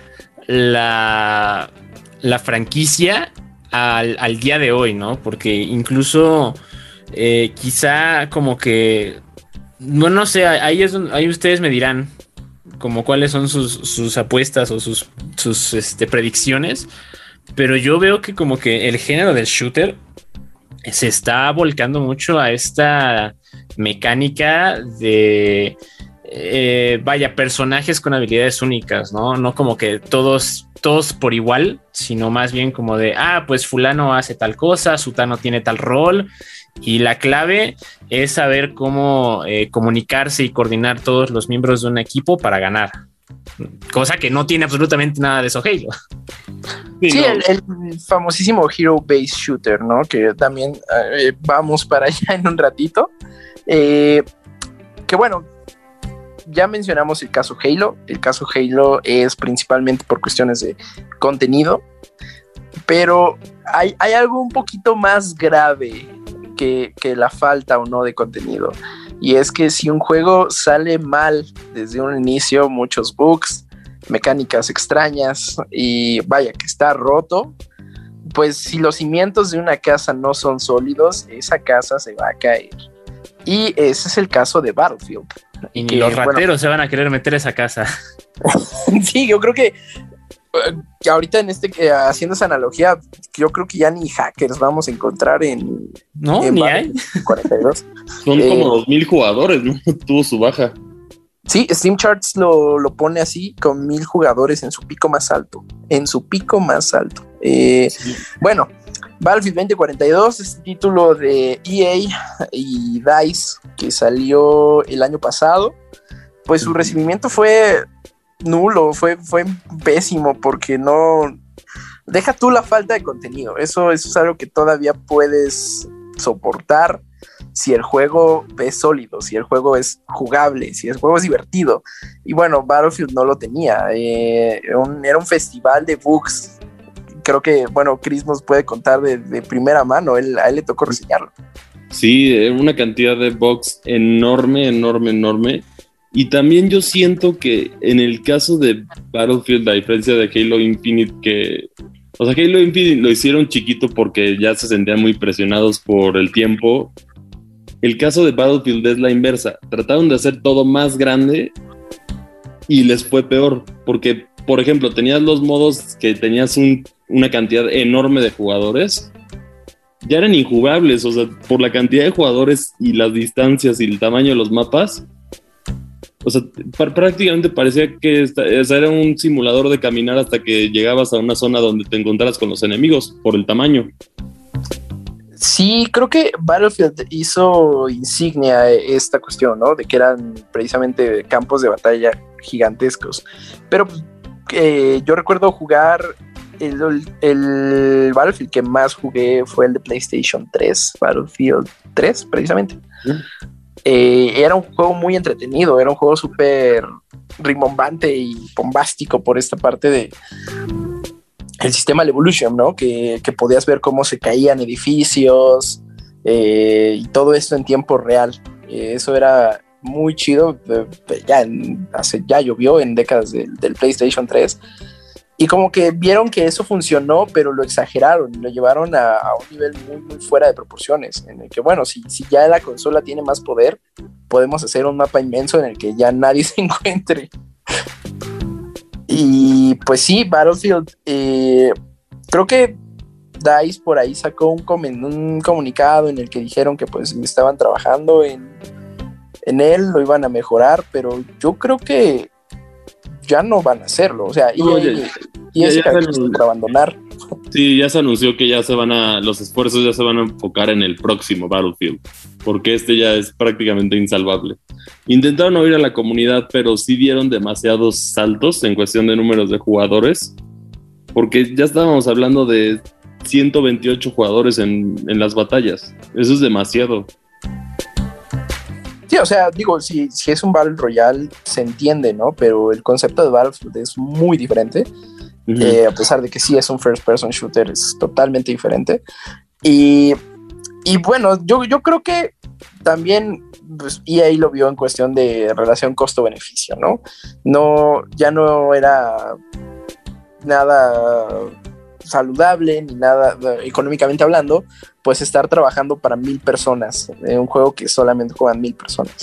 la, la franquicia al, al día de hoy, ¿no? Porque incluso eh, quizá como que, bueno, no sé, ahí, es donde, ahí ustedes me dirán como cuáles son sus, sus apuestas o sus, sus este, predicciones, pero yo veo que como que el género del shooter se está volcando mucho a esta mecánica de, eh, vaya, personajes con habilidades únicas, ¿no? No como que todos, todos por igual, sino más bien como de, ah, pues fulano hace tal cosa, sutano tiene tal rol, y la clave es saber cómo eh, comunicarse y coordinar todos los miembros de un equipo para ganar. Cosa que no tiene absolutamente nada de eso Halo. Sí, sí, el, el famosísimo Hero Based Shooter, ¿no? Que también eh, vamos para allá en un ratito. Eh, que bueno, ya mencionamos el caso Halo. El caso Halo es principalmente por cuestiones de contenido, pero hay, hay algo un poquito más grave que, que la falta o no de contenido. Y es que si un juego sale mal desde un inicio, muchos bugs, mecánicas extrañas y vaya que está roto, pues si los cimientos de una casa no son sólidos, esa casa se va a caer. Y ese es el caso de Battlefield. Y que, los rateros bueno, se van a querer meter a esa casa. Sí, yo creo que uh, ahorita en este eh, haciendo esa analogía, yo creo que ya ni hackers vamos a encontrar en no, en ni hay cuarenta y dos. Son eh, como dos mil jugadores, ¿no? Tuvo su baja. Sí, Steam Charts lo, lo pone así, con mil jugadores en su pico más alto. En su pico más alto. Eh, sí. Bueno, Battlefield veinte cuarenta y dos, este título de E A y DICE que salió el año pasado, pues su recibimiento fue nulo, fue, fue pésimo porque no... deja tú la falta de contenido, eso, eso es algo que todavía puedes soportar si el juego es sólido, si el juego es jugable, si el juego es divertido. Y bueno, Battlefield no lo tenía, eh, era, un, era un festival de bugs. Creo que, bueno, Chris nos puede contar de, de primera mano, él, a él le tocó reseñarlo. Sí, una cantidad de bugs enorme, enorme, enorme. Y también yo siento que en el caso de Battlefield, a diferencia de Halo Infinite, que... O sea, Halo Infinite lo hicieron chiquito porque ya se sentían muy presionados por el tiempo. El caso de Battlefield es la inversa. Trataron de hacer todo más grande y les fue peor. Porque, por ejemplo, tenías los modos que tenías un, una cantidad enorme de jugadores. Ya eran injugables, o sea, por la cantidad de jugadores y las distancias y el tamaño de los mapas. O sea, pr- prácticamente parecía que esta, o sea, era un simulador de caminar hasta que llegabas a una zona donde te encontraras con los enemigos, por el tamaño. Sí, creo que Battlefield hizo insignia esta cuestión, ¿no? De que eran precisamente campos de batalla gigantescos. Pero eh, yo recuerdo jugar el, el Battlefield que más jugué fue el de PlayStation tres, Battlefield tres, precisamente. ¿Sí? Eh, era un juego muy entretenido, era un juego súper rimbombante y bombástico por esta parte de el sistema Evolution, ¿no? Que, que podías ver cómo se caían edificios eh, y todo esto en tiempo real. Eh, eso era muy chido. Eh, ya, en, hace, ya llovió en décadas de, del PlayStation tres. Y como que vieron que eso funcionó, pero lo exageraron, lo llevaron a, a un nivel muy, muy fuera de proporciones. En el que, bueno, si, si ya la consola tiene más poder, podemos hacer un mapa inmenso en el que ya nadie se encuentre. Y pues sí, Battlefield, eh, creo que DICE por ahí sacó un, com- un comunicado en el que dijeron que pues estaban trabajando en, en él, lo iban a mejorar, pero yo creo que ya no van a hacerlo, o sea, No, y, ya, y ya, es ya, ya se, por abandonar. Sí, ya se anunció que ya se van a, los esfuerzos ya se van a enfocar en el próximo Battlefield, porque este ya es prácticamente insalvable. Intentaron oír a la comunidad, pero sí dieron demasiados saltos en cuestión de números de jugadores, porque ya estábamos hablando de ciento veintiocho jugadores en, en las batallas. Eso es demasiado. Sí, o sea, digo, si, si es un Battle Royale se entiende, ¿no? Pero el concepto de Battlefield es muy diferente. Uh-huh. Eh, a pesar de que sí es un first person shooter, es totalmente diferente. Y, y bueno, yo, yo creo que también pues, E A lo vio en cuestión de relación costo-beneficio, ¿no? No, ya no era nada saludable ni nada económicamente hablando, pues estar trabajando para mil personas en un juego que solamente juegan mil personas.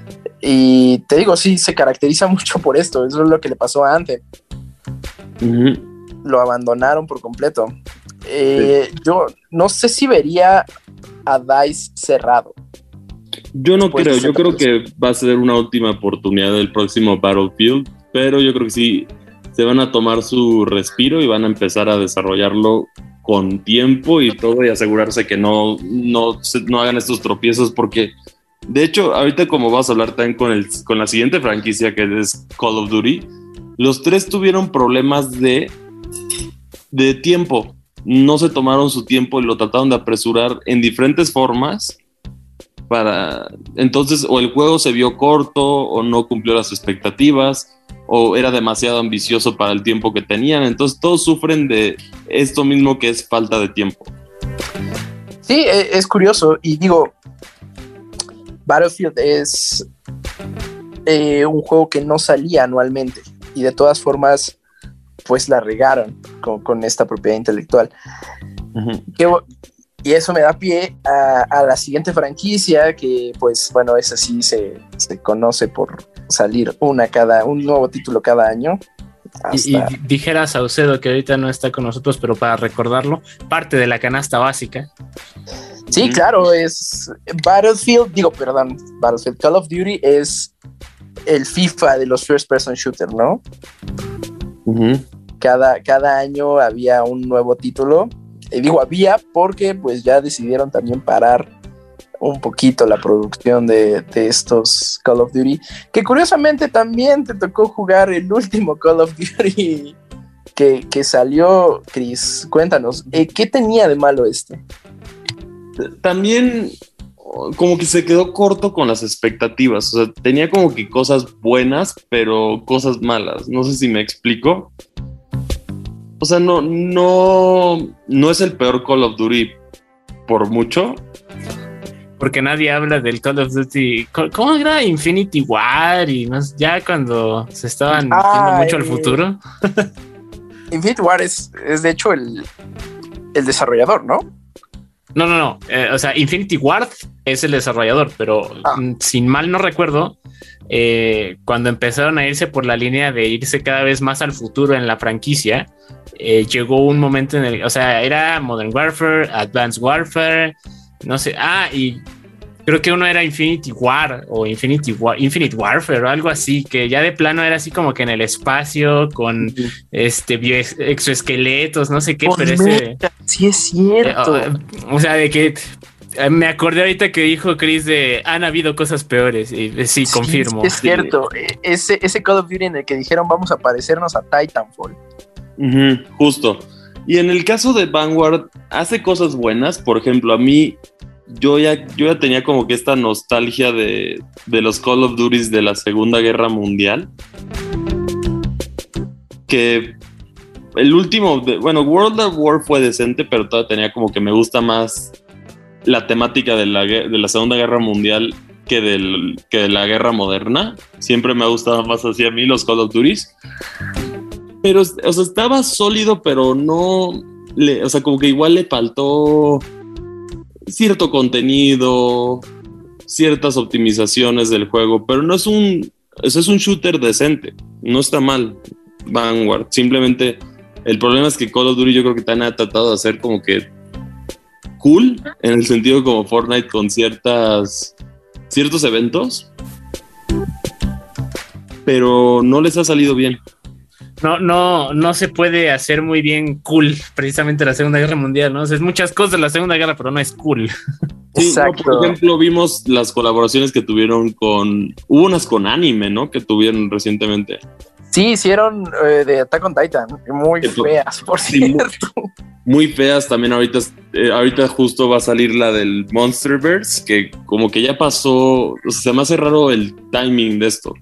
Y te digo, sí, se caracteriza mucho por esto. Eso es lo que le pasó a Anthem. Uh-huh. Lo abandonaron por completo. Eh, sí. Yo no sé si vería a DICE cerrado. Yo no creo, yo creo que va a ser una última oportunidad del próximo Battlefield, pero yo creo que sí se van a tomar su respiro y van a empezar a desarrollarlo con tiempo y todo y asegurarse que no, no, no hagan estos tropiezos, porque de hecho ahorita como vas a hablar también con, el, con la siguiente franquicia que es Call of Duty, los tres tuvieron problemas de, de tiempo, no se tomaron su tiempo y lo trataron de apresurar en diferentes formas para, entonces o el juego se vio corto o no cumplió las expectativas o era demasiado ambicioso para el tiempo que tenían, entonces todos sufren de esto mismo que es falta de tiempo. Sí, es curioso, y digo, Battlefield es eh, un juego que no salía anualmente, y de todas formas, pues la regaron con, con esta propiedad intelectual. Uh-huh. Que, y eso me da pie a, a la siguiente franquicia, que pues bueno, esa sí se, se conoce por salir una cada, un nuevo título cada año. Hasta... Y, y dijera Saucedo que ahorita no está con nosotros, pero para recordarlo, parte de la canasta básica. Sí, uh-huh. Claro, es Battlefield, digo, perdón, Battlefield, Call of Duty es el FIFA de los first person shooter, ¿no? Uh-huh. Cada, cada año había un nuevo título. Y digo había porque pues ya decidieron también parar un poquito la producción de, de estos Call of Duty, que curiosamente también te tocó jugar el último Call of Duty que, que salió, Chris, cuéntanos, eh, ¿qué tenía de malo este? También como que se quedó corto con las expectativas, o sea, tenía como que cosas buenas, pero cosas malas, no sé si me explico. O sea, no, no, no es el peor Call of Duty por mucho. Porque nadie habla del Call of Duty. ¿Cómo era Infinity War? Y no, ya cuando se estaban ah, viendo mucho eh, al futuro. Infinity War es, es de hecho el, el desarrollador, ¿no? No, no, no. Eh, o sea, Infinity Ward es el desarrollador, pero ah. sin mal no recuerdo, eh, cuando empezaron a irse por la línea de irse cada vez más al futuro en la franquicia, eh, llegó un momento en el, o sea, era Modern Warfare, Advanced Warfare, no sé, ah, y creo que uno era Infinity War o Infinity War, Infinite Warfare o algo así, que ya de plano era así como que en el espacio con uh-huh. este exoesqueletos, no sé qué, oh, pero ese... Sí es cierto. Eh, o, o sea, de que me acordé ahorita que dijo Chris de han habido cosas peores y sí, sí confirmo. Es cierto, ese, ese Call of Duty en el que dijeron vamos a parecernos a Titanfall. Uh-huh, justo. Y en el caso de Vanguard hace cosas buenas, por ejemplo, a mí yo ya, yo ya tenía como que esta nostalgia de, de los Call of Duty de la Segunda Guerra Mundial, que el último, de, bueno, World of War fue decente, pero todavía tenía como que me gusta más la temática de la, de la Segunda Guerra Mundial que, del, que de la guerra moderna. Siempre me ha gustado más así a mí los Call of Duty. Pero, o sea, estaba sólido, pero no, le, o sea, como que igual le faltó cierto contenido, ciertas optimizaciones del juego, pero no es un, eso es un shooter decente, no está mal Vanguard, simplemente el problema es que Call of Duty yo creo que también ha tratado de hacer como que cool, en el sentido como Fortnite con ciertas ciertos eventos, pero no les ha salido bien. No, no, no se puede hacer muy bien cool precisamente la Segunda Guerra Mundial, ¿no? O sea, es muchas cosas de la Segunda Guerra, pero no es cool. Sí, exacto. No, por ejemplo, vimos las colaboraciones que tuvieron con... Hubo unas con anime, ¿no? Que tuvieron recientemente. Sí, hicieron eh, de Attack on Titan, muy que feas, por sí, cierto. Muy, muy feas también ahorita, eh, ahorita justo va a salir la del Monsterverse, que como que ya pasó, o sea, se me hace raro el timing de esto.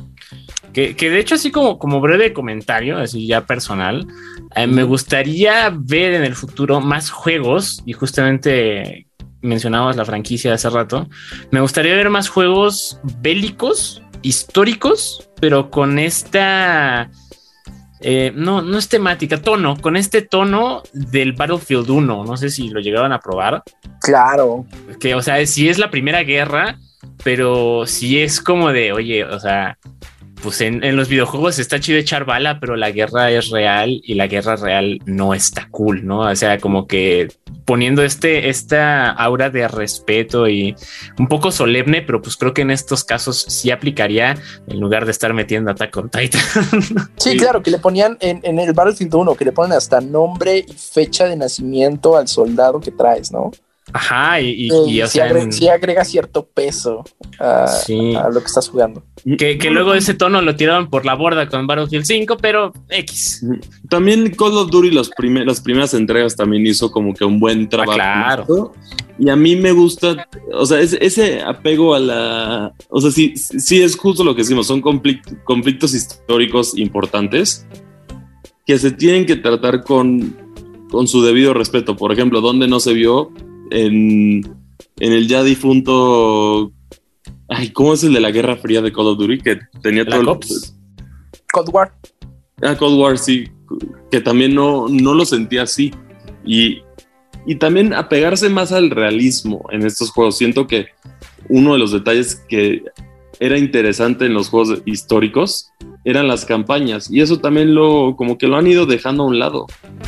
Que, que de hecho, así como, como breve comentario, así ya personal, eh, me gustaría ver en el futuro más juegos, y justamente mencionabas la franquicia de hace rato, me gustaría ver más juegos bélicos, históricos, pero con esta... Eh, no, no es temática, tono, con este tono del Battlefield uno, no sé si lo llegaban a probar. Claro. Que, o sea, sí es la Primera Guerra, pero sí es como de, oye, o sea... Pues en, en los videojuegos está chido echar bala, pero la guerra es real y la guerra real no está cool, ¿no? O sea, como que poniendo este, esta aura de respeto y un poco solemne, pero pues creo que en estos casos sí aplicaría en lugar de estar metiendo Attack on Titan. Sí, claro, que le ponían en, en el Battlefield uno, que le ponen hasta nombre y fecha de nacimiento al soldado que traes, ¿no? Ajá, y, y, eh, y o sí, sea, agrega, en... sí agrega cierto peso a, sí. a lo que estás jugando. Que, que luego ese tono lo tiraron por la borda con Battlefield cinco, pero X. También Call of Duty los primer, las primeras entregas también hizo como que un buen trabajo. Ah, claro. Y a mí me gusta, o sea, ese, ese apego a la... O sea, sí, sí es justo lo que decimos, son conflict, conflictos históricos importantes que se tienen que tratar con, con su debido respeto. Por ejemplo, donde no se vio... En, en el ya difunto, ay, ¿cómo es el de la Guerra Fría de Call of Duty? Que tenía todo el... Cold War. Ah, Cold War, sí, que también no, no lo sentía así. Y, y también apegarse más al realismo en estos juegos. Siento que uno de los detalles que era interesante en los juegos históricos eran las campañas. Y eso también lo, como que lo han ido dejando a un lado.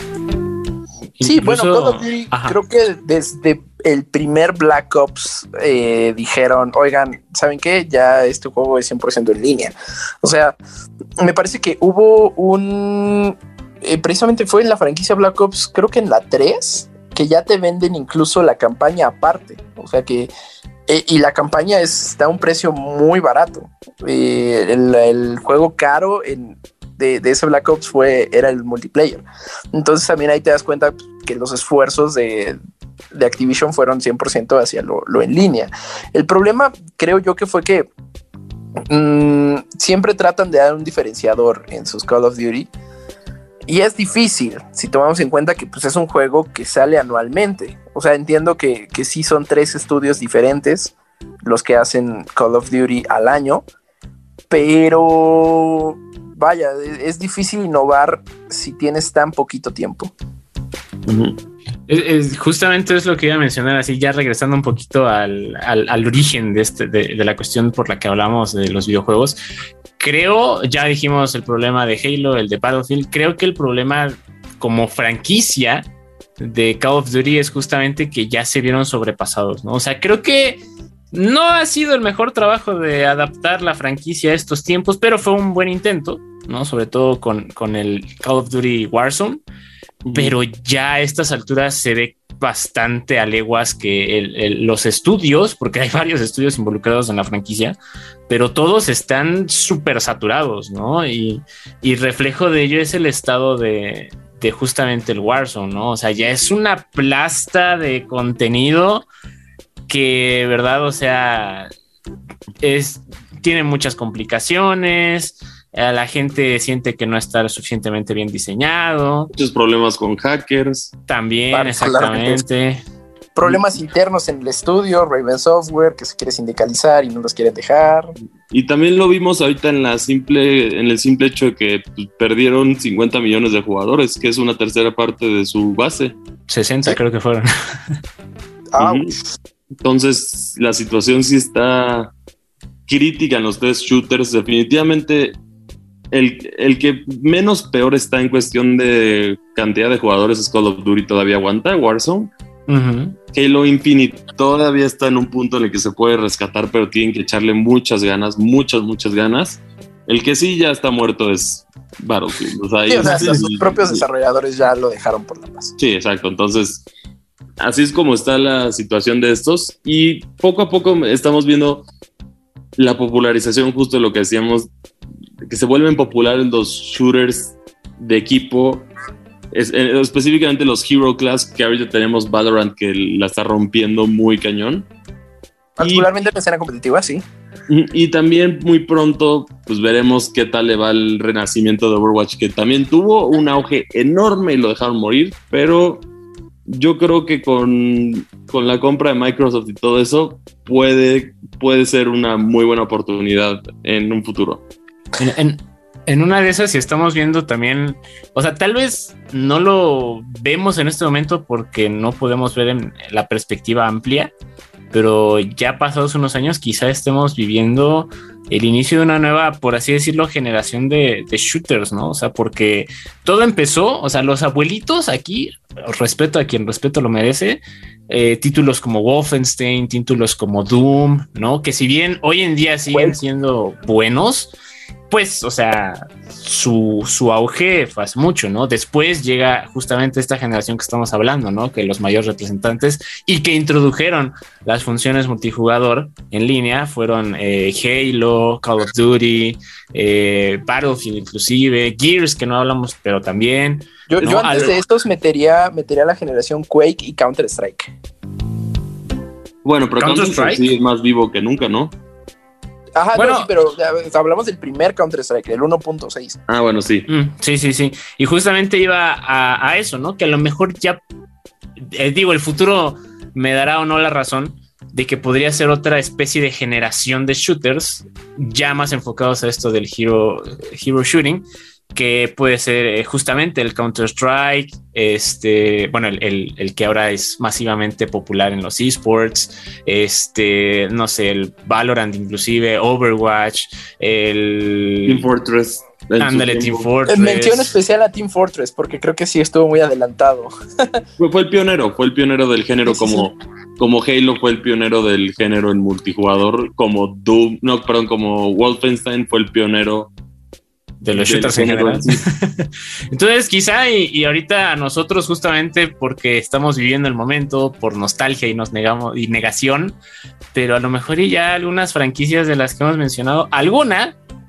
Sí, Incluso... bueno, Call of Duty, creo que desde el primer Black Ops eh, dijeron, oigan, ¿saben qué? Ya este juego es cien por ciento en línea. O sea, me parece que hubo un... Eh, precisamente fue en la franquicia Black Ops, creo que en la tres, que ya te venden incluso la campaña aparte. O sea que... Eh, y la campaña es, está a un precio muy barato. Eh, el, el juego caro en... de, de ese Black Ops fue, era el multiplayer. Entonces también ahí te das cuenta que los esfuerzos de, de Activision fueron cien por ciento hacia lo, lo en línea. El problema creo yo que fue que mmm, siempre tratan de dar un diferenciador en sus Call of Duty y es difícil si tomamos en cuenta que pues, es un juego que sale anualmente. O sea, entiendo que, que sí son tres estudios diferentes los que hacen Call of Duty al año, pero vaya, es difícil innovar si tienes tan poquito tiempo. Uh-huh. Es, es, justamente es lo que iba a mencionar, así ya regresando un poquito al, al, al origen de, este, de, de la cuestión por la que hablamos de los videojuegos. Creo, ya dijimos el problema de Halo, el de Battlefield, creo que el problema como franquicia de Call of Duty es justamente que ya se vieron sobrepasados, ¿no? O sea, creo que no ha sido el mejor trabajo de adaptar la franquicia a estos tiempos, pero fue un buen intento, ¿no? Sobre todo con, con el Call of Duty Warzone. Pero ya a estas alturas se ve bastante a leguas que el, el, los estudios, porque hay varios estudios involucrados en la franquicia, pero todos están súper saturados, ¿no? Y, y reflejo de ello es el estado de, de justamente el Warzone, ¿no? O sea, ya es una plasta de contenido que, ¿verdad? O sea, es, tiene muchas complicaciones. La gente siente que no está suficientemente bien diseñado. Muchos problemas con hackers. También, exactamente. Problemas internos en el estudio, Raven Software, que se quiere sindicalizar y no los quieren dejar. Y también lo vimos ahorita en la simple, en el simple hecho de que pues, perdieron cincuenta millones de jugadores, que es una tercera parte de su base. sesenta ¿Sí? Creo que fueron. Uh-huh. Entonces, la situación sí está crítica en los tres shooters. Definitivamente El, el que menos peor está en cuestión de cantidad de jugadores es Call of Duty, todavía aguanta, Warzone. Uh-huh. Halo Infinite todavía está en un punto en el que se puede rescatar, pero tienen que echarle muchas ganas, muchas, muchas ganas. El que sí ya está muerto es Battlefield. O sea, sí, o sea, es, los propios desarrolladores ya lo dejaron por la paz. Sí, exacto. Entonces, así es como está la situación de estos. Y poco a poco estamos viendo la popularización, justo de lo que decíamos, que se vuelven populares los shooters de equipo, es, eh, específicamente los Hero Class, que ahorita tenemos Valorant, que la está rompiendo muy cañón. Particularmente en la escena competitiva, sí. Y, y también muy pronto pues veremos qué tal le va el renacimiento de Overwatch, que también tuvo un auge enorme y lo dejaron morir, pero yo creo que con, con la compra de Microsoft y todo eso puede, puede ser una muy buena oportunidad en un futuro. En, en, en una de esas, si estamos viendo también, o sea, tal vez no lo vemos en este momento porque no podemos ver en la perspectiva amplia, pero ya pasados unos años quizá estemos viviendo el inicio de una nueva, por así decirlo, generación de, de shooters, ¿no? O sea, porque todo empezó, o sea, los abuelitos aquí, respeto a quien respeto lo merece, eh, títulos como Wolfenstein, títulos como Doom, ¿no? Que si bien hoy en día siguen siendo buenos, pues, o sea, su, su auge fue hace mucho, ¿no? Después llega justamente esta generación que estamos hablando, ¿no? Que los mayores representantes y que introdujeron las funciones multijugador en línea fueron eh, Halo, Call of Duty, eh, Battlefield inclusive, Gears, que no hablamos, pero también. Yo, ¿no? yo antes Al... de estos metería, metería la generación Quake y Counter-Strike. Bueno, pero Counter-Strike sí es más vivo que nunca, ¿no? Ajá, bueno, no, sí, pero ya, hablamos del primer Counter-Strike, el uno punto seis. Ah, bueno, sí. Mm, sí, sí, sí. Y justamente iba a, a eso, ¿no? Que a lo mejor ya, eh, digo, el futuro me dará o no la razón de que podría ser otra especie de generación de shooters ya más enfocados a esto del hero, hero shooting, que puede ser eh, justamente el Counter-Strike, este, bueno, el, el, el que ahora es masivamente popular en los esports, este, no sé, el Valorant inclusive, Overwatch, el... Team Fortress. Ándale, Team Fortress. Mención especial a Team Fortress, porque creo que sí estuvo muy adelantado. fue, fue el pionero, fue el pionero del género, sí, como, sí. como Halo fue el pionero del género en multijugador, como Doom, no, perdón, como Wolfenstein fue el pionero de los shooters en general. Sí. Entonces, quizá, y, y ahorita nosotros, justamente porque estamos viviendo el momento por nostalgia y nos negamos y negación, pero a lo mejor y ya algunas franquicias de las que hemos mencionado, alguna,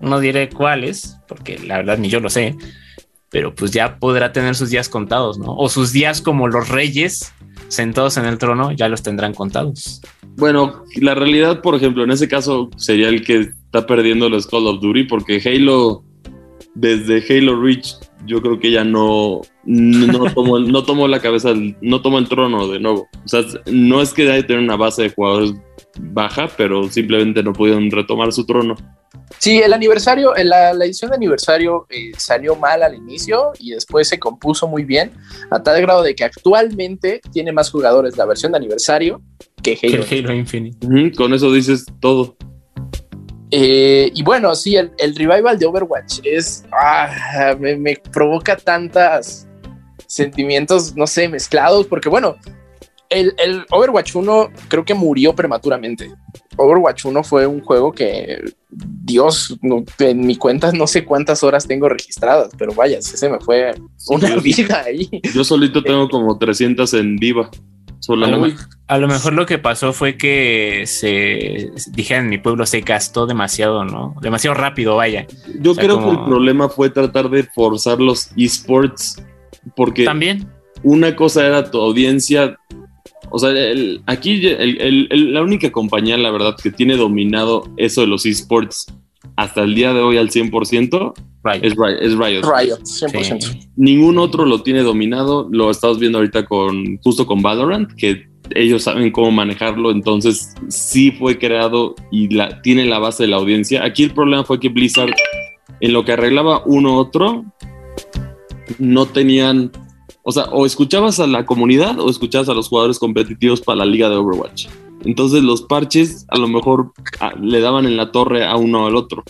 no diré cuáles, porque la verdad ni yo lo sé, pero pues ya podrá tener sus días contados, ¿no? O sus días como los reyes sentados en el trono ya los tendrán contados. Bueno, la realidad, por ejemplo, en ese caso sería el que está perdiendo los Call of Duty, porque Halo, desde Halo Reach, yo creo que ya no, no, tomó, no tomó la cabeza, no tomó el trono de nuevo. O sea, no es que haya que tener una base de jugadores baja, pero simplemente no pudieron retomar su trono. Sí, el aniversario, la, la edición de aniversario eh, salió mal al inicio y después se compuso muy bien, a tal grado de que actualmente tiene más jugadores la versión de aniversario que Halo, que Halo Infinite. Uh-huh, con eso dices todo. Eh, y bueno, sí, el, el revival de Overwatch es ah, me, me provoca tantos sentimientos, no sé, mezclados, porque bueno, el, el Overwatch uno creo que murió prematuramente. Overwatch uno fue un juego que, Dios, no, en mi cuenta no sé cuántas horas tengo registradas, pero vaya, se me fue una yo, vida ahí. Yo solito tengo como trescientas en Viva. A lo, a lo mejor lo que pasó fue que se, dijeron en mi pueblo, se gastó demasiado, ¿no? Demasiado rápido, vaya. Yo o sea, creo como... que el problema fue tratar de forzar los esports, porque también una cosa era tu audiencia. O sea, el, aquí el, el, el, la única compañía, la verdad, que tiene dominado eso de los esports hasta el día de hoy al cien por ciento Riot. Es, es Riot. Riot, cien por ciento. Sí. Ningún otro lo tiene dominado. Lo estamos viendo ahorita con justo con Valorant, que ellos saben cómo manejarlo. Entonces sí fue creado y la, tiene la base de la audiencia. Aquí el problema fue que Blizzard, en lo que arreglaba uno u otro, no tenían... O sea, o escuchabas a la comunidad o escuchabas a los jugadores competitivos para la liga de Overwatch. Entonces los parches a lo mejor a, le daban en la torre a uno o al otro.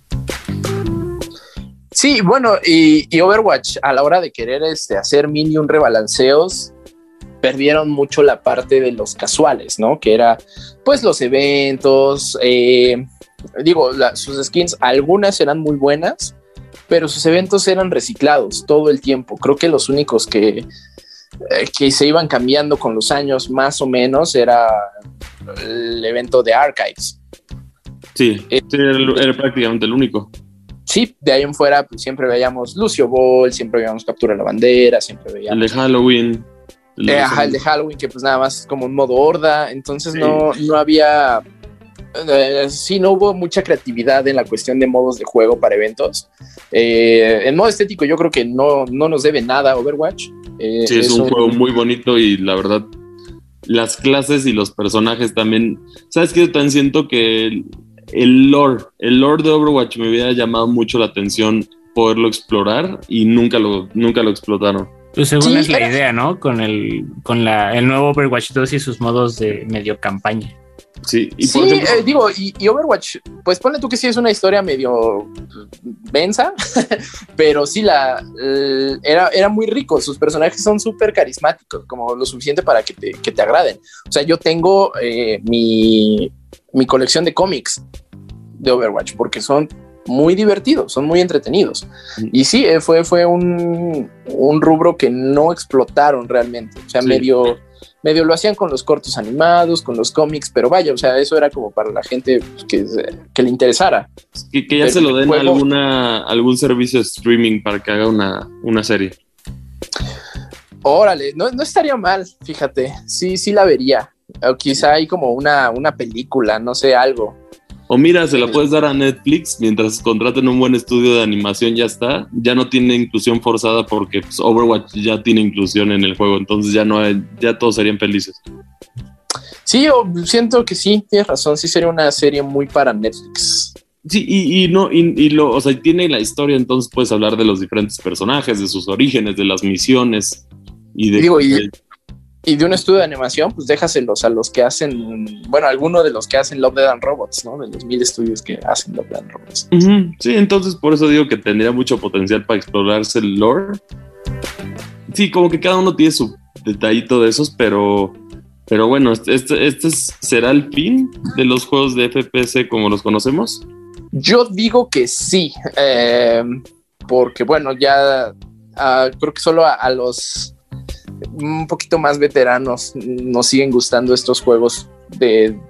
Sí, bueno, y, y Overwatch a la hora de querer este, hacer mil y un rebalanceos, perdieron mucho la parte de los casuales, ¿no? Que era, pues, los eventos, eh, digo, la, sus skins, algunas eran muy buenas, pero sus eventos eran reciclados todo el tiempo. Creo que los únicos que, eh, que se iban cambiando con los años, más o menos, era el evento de Archives. Sí, eh, sí era, era prácticamente el único. Sí, de ahí en fuera pues, siempre veíamos Lucio Ball, siempre veíamos Captura de la Bandera, siempre veíamos... El de Halloween. El de, eh, ajá, el de Halloween, que pues nada más es como un modo horda, entonces sí. no, no había... Eh, sí, no hubo mucha creatividad en la cuestión de modos de juego para eventos. Eh, en modo estético yo creo que no, no nos debe nada Overwatch. Eh, sí, es, es un, un juego muy bonito y la verdad las clases y los personajes también. ¿Sabes qué? Yo también siento que el, el lore, el lore de Overwatch me hubiera llamado mucho la atención poderlo explorar y nunca lo, nunca lo explotaron. Pues según sí, es la era... idea, ¿no? Con el, con la, el nuevo Overwatch dos y sus modos de medio campaña. Sí, y sí por ejemplo, eh, digo, y, y Overwatch, pues ponle tú que sí es una historia medio densa, pero sí la eh, era, era muy rico, sus personajes son súper carismáticos, como lo suficiente para que te, que te agraden. O sea, yo tengo eh, mi, mi colección de cómics de Overwatch, porque son muy divertidos, son muy entretenidos. Y sí, eh, fue, fue un, un rubro que no explotaron realmente, o sea, sí. medio... medio lo hacían con los cortos animados, con los cómics, pero vaya, o sea, eso era como para la gente que, que le interesara. Que, que ya pero se lo den a alguna, algún servicio de streaming para que haga una, una serie. Órale, no, no estaría mal, fíjate, sí, sí la vería. O quizá hay como una, una película, no sé, algo. O mira, se la puedes dar a Netflix mientras contraten un buen estudio de animación, ya está. Ya no tiene inclusión forzada porque pues, Overwatch ya tiene inclusión en el juego, entonces ya no hay, ya todos serían felices. Sí, yo siento que sí, tienes razón, sí sería una serie muy para Netflix. Sí, y, y no, y, y lo, o sea, tiene la historia, entonces puedes hablar de los diferentes personajes, de sus orígenes, de las misiones y de. Digo, y de, Y de un estudio de animación, pues déjaselos a los que hacen, bueno, alguno de los que hacen Love, Death and Robots, ¿no? De los mil estudios que hacen Love, Death and Robots. Uh-huh. Sí, entonces por eso digo que tendría mucho potencial para explorarse el lore. Sí, como que cada uno tiene su detallito de esos, pero, pero bueno, este, este será el fin de los juegos de F P S como los conocemos. Yo digo que sí, eh, porque bueno, ya uh, creo que solo a, a los un poquito más veteranos nos siguen gustando estos juegos de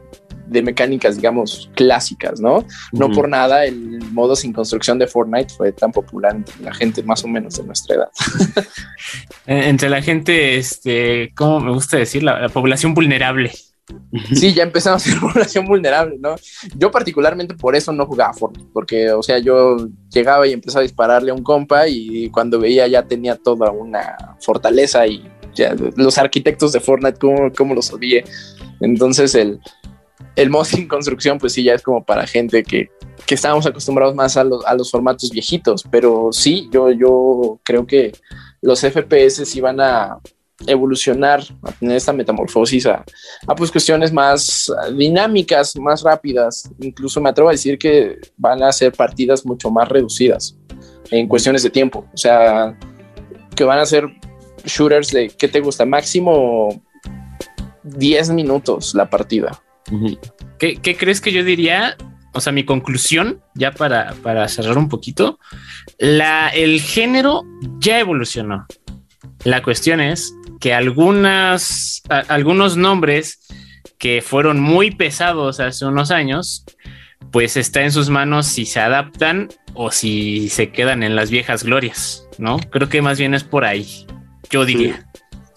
de mecánicas, digamos, clásicas, ¿no? Uh-huh. No por nada el modo sin construcción de Fortnite fue tan popular entre la gente más o menos de nuestra edad. Entre la gente, este, ¿cómo me gusta decir? La, la población vulnerable. Sí, ya empezamos a ser población vulnerable, ¿no? Yo particularmente por eso no jugaba Fortnite, porque, o sea, yo llegaba y empezaba a dispararle a un compa y cuando veía ya tenía toda una fortaleza y ya los arquitectos de Fortnite, ¿cómo, cómo los odié? Entonces el, el modo sin construcción, pues sí, ya es como para gente que, que estábamos acostumbrados más a los, a los formatos viejitos, pero sí, yo, yo creo que los F P S iban a evolucionar, a tener esta metamorfosis a, a pues cuestiones más dinámicas, más rápidas. Incluso me atrevo a decir que van a ser partidas mucho más reducidas en cuestiones de tiempo, o sea, que van a ser shooters de, ¿qué te gusta? Máximo diez minutos la partida. ¿Qué, qué crees que yo diría? O sea, mi conclusión, ya para, para cerrar un poquito, la, el género ya evolucionó. La cuestión es que algunas, a, algunos nombres que fueron muy pesados hace unos años, pues está en sus manos si se adaptan o si se quedan en las viejas glorias, ¿no? Creo que más bien es por ahí, yo diría.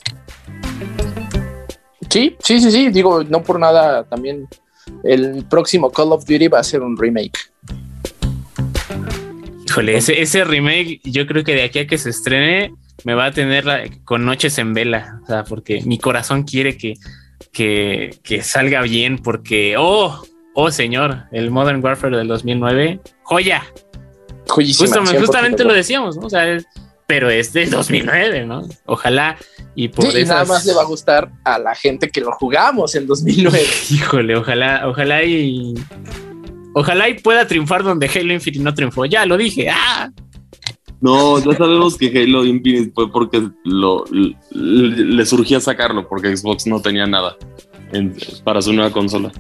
Sí, sí, sí, sí, digo, no por nada también el próximo Call of Duty va a ser un remake. Híjole, ese, ese remake yo creo que de aquí a que se estrene me va a tener la, con noches en vela, o sea, porque mi corazón quiere que, que, que salga bien, porque, oh, oh señor, el Modern Warfare del dos mil nueve, joya. Joyísima, Justo, justamente lo decíamos, ¿no? O sea, es, pero es del dos mil nueve, ¿no? Ojalá y por sí, esas... y nada más le va a gustar a la gente que lo jugamos en dos mil nueve. Híjole, ojalá, ojalá y... Ojalá y pueda triunfar donde Halo Infinite no triunfó. Ya lo dije. ¡Ah! No, ya sabemos que Halo Infinite fue porque lo, le, le surgía sacarlo, porque Xbox no tenía nada en, para su nueva consola.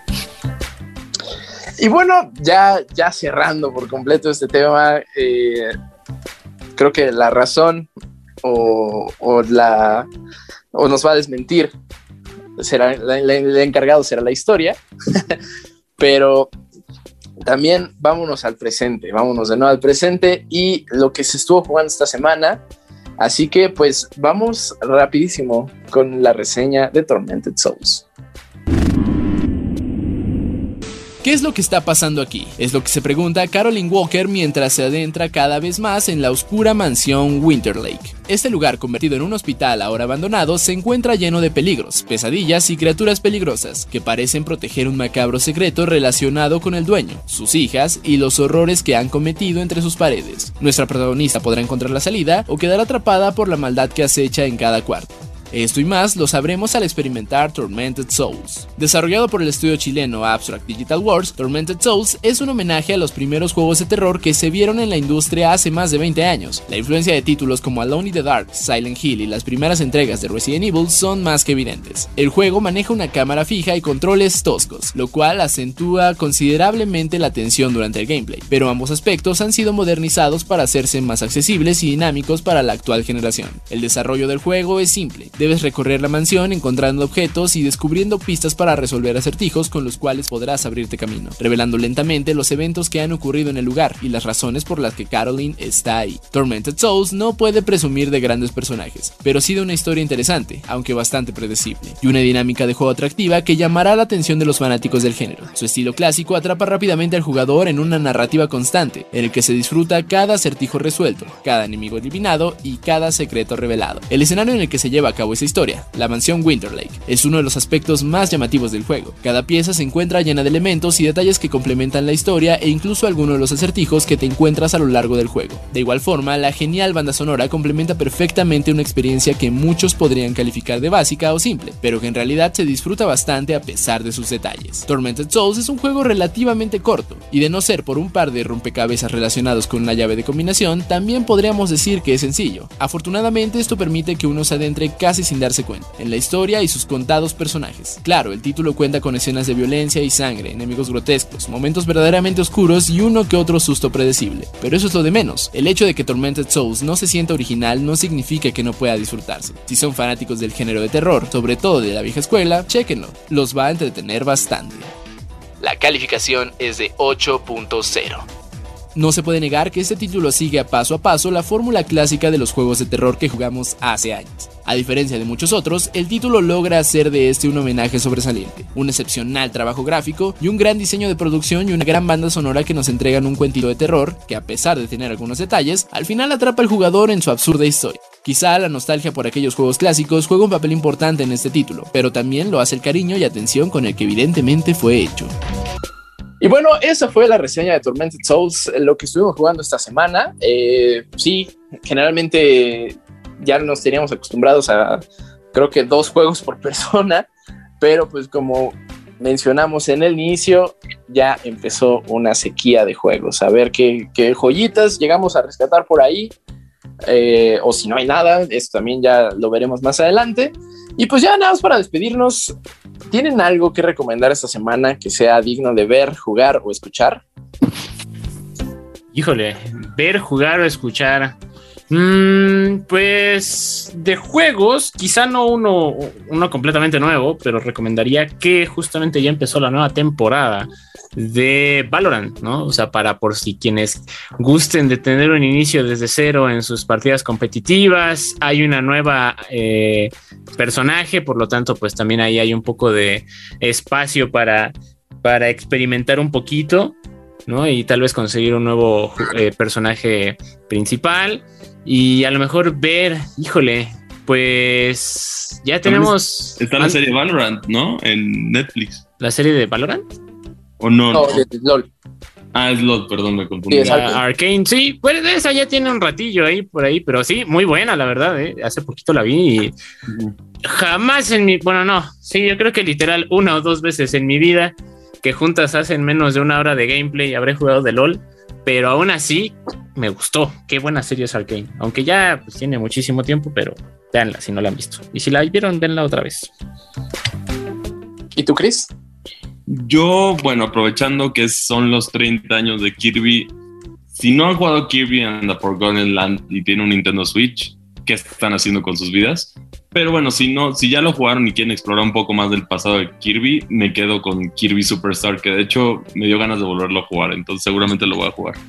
Y bueno, ya, ya cerrando por completo este tema, eh, creo que la razón o, o, la, o nos va a desmentir será la, la, el encargado será la historia, pero también vámonos al presente, vámonos de nuevo al presente y lo que se estuvo jugando esta semana. Así que pues vamos rapidísimo con la reseña de Tormented Souls. ¿Qué es lo que está pasando aquí? Es lo que se pregunta Caroline Walker mientras se adentra cada vez más en la oscura mansión Winterlake. Este lugar, convertido en un hospital ahora abandonado, se encuentra lleno de peligros, pesadillas y criaturas peligrosas que parecen proteger un macabro secreto relacionado con el dueño, sus hijas y los horrores que han cometido entre sus paredes. Nuestra protagonista podrá encontrar la salida o quedar atrapada por la maldad que acecha en cada cuarto. Esto y más lo sabremos al experimentar Tormented Souls. Desarrollado por el estudio chileno Abstract Digital Wars, Tormented Souls es un homenaje a los primeros juegos de terror que se vieron en la industria hace más de veinte años. La influencia de títulos como Alone in the Dark, Silent Hill y las primeras entregas de Resident Evil son más que evidentes. El juego maneja una cámara fija y controles toscos, lo cual acentúa considerablemente la tensión durante el gameplay, pero ambos aspectos han sido modernizados para hacerse más accesibles y dinámicos para la actual generación. El desarrollo del juego es simple. Debes recorrer la mansión encontrando objetos y descubriendo pistas para resolver acertijos con los cuales podrás abrirte camino, revelando lentamente los eventos que han ocurrido en el lugar y las razones por las que Caroline está ahí. Tormented Souls no puede presumir de grandes personajes, pero sí de una historia interesante, aunque bastante predecible, y una dinámica de juego atractiva que llamará la atención de los fanáticos del género. Su estilo clásico atrapa rápidamente al jugador en una narrativa constante, en el que se disfruta cada acertijo resuelto, cada enemigo eliminado y cada secreto revelado. El escenario en el que se lleva a cabo esa historia, la mansión Winterlake, es uno de los aspectos más llamativos del juego. Cada pieza se encuentra llena de elementos y detalles que complementan la historia e incluso algunos de los acertijos que te encuentras a lo largo del juego. De igual forma, la genial banda sonora complementa perfectamente una experiencia que muchos podrían calificar de básica o simple, pero que en realidad se disfruta bastante a pesar de sus detalles. Tormented Souls es un juego relativamente corto, y de no ser por un par de rompecabezas relacionados con una llave de combinación, también podríamos decir que es sencillo. Afortunadamente, esto permite que uno se adentre casi casi sin darse cuenta, en la historia y sus contados personajes. Claro, el título cuenta con escenas de violencia y sangre, enemigos grotescos, momentos verdaderamente oscuros y uno que otro susto predecible. Pero eso es lo de menos. El hecho de que Tormented Souls no se sienta original no significa que no pueda disfrutarse. Si son fanáticos del género de terror, sobre todo de la vieja escuela, chéquenlo, los va a entretener bastante. La calificación es de ocho punto cero. No se puede negar que este título sigue a paso a paso la fórmula clásica de los juegos de terror que jugamos hace años. A diferencia de muchos otros, el título logra hacer de este un homenaje sobresaliente, un excepcional trabajo gráfico y un gran diseño de producción y una gran banda sonora que nos entregan un cuentito de terror que, a pesar de tener algunos detalles, al final atrapa al jugador en su absurda historia. Quizá la nostalgia por aquellos juegos clásicos juega un papel importante en este título, pero también lo hace el cariño y atención con el que evidentemente fue hecho. Y bueno, esa fue la reseña de Tormented Souls, lo que estuvimos jugando esta semana. Eh, sí, generalmente ya nos teníamos acostumbrados a, creo que dos juegos por persona, pero pues como mencionamos en el inicio, ya empezó una sequía de juegos. A ver qué, qué joyitas llegamos a rescatar por ahí, eh, o si no hay nada, esto también ya lo veremos más adelante. Y pues ya nada más para despedirnos, ¿tienen algo que recomendar esta semana que sea digno de ver, jugar o escuchar? Híjole, ver, jugar o escuchar. Mm, pues de juegos, quizá no uno, uno completamente nuevo, pero recomendaría que justamente ya empezó la nueva temporada de Valorant, ¿no? O sea, para por si quienes gusten de tener un inicio desde cero en sus partidas competitivas, hay una nueva eh, personaje, por lo tanto, pues también ahí hay un poco de espacio para, para experimentar un poquito, ¿no? Y tal vez conseguir un nuevo eh, personaje principal y a lo mejor ver, híjole, pues ya tenemos... Está la serie Valorant, ¿no? En Netflix. ¿La serie de Valorant? ¿O no? No, de, de LOL. Ah, es LOL, perdón, me confundí. Sí, La Arcane, sí, pues esa ya tiene un ratillo ahí por ahí, pero sí, muy buena, la verdad, ¿eh? Hace poquito la vi y uh-huh. Jamás en mi... Bueno, no, sí, yo creo que literal una o dos veces en mi vida que juntas hacen menos de una hora de gameplay habré jugado de LOL, pero aún así me gustó. Qué buena serie es Arcane, aunque ya pues, tiene muchísimo tiempo, pero véanla si no la han visto. Y si la vieron, denla otra vez. ¿Y tú, Chris? Yo, bueno, aprovechando que son los treinta años de Kirby, si no han jugado Kirby and the Forgotten Land y tienen un Nintendo Switch, ¿qué están haciendo con sus vidas? Pero bueno, si no, si ya lo jugaron y quieren explorar un poco más del pasado de Kirby, me quedo con Kirby Superstar, que de hecho me dio ganas de volverlo a jugar, entonces seguramente lo voy a jugar.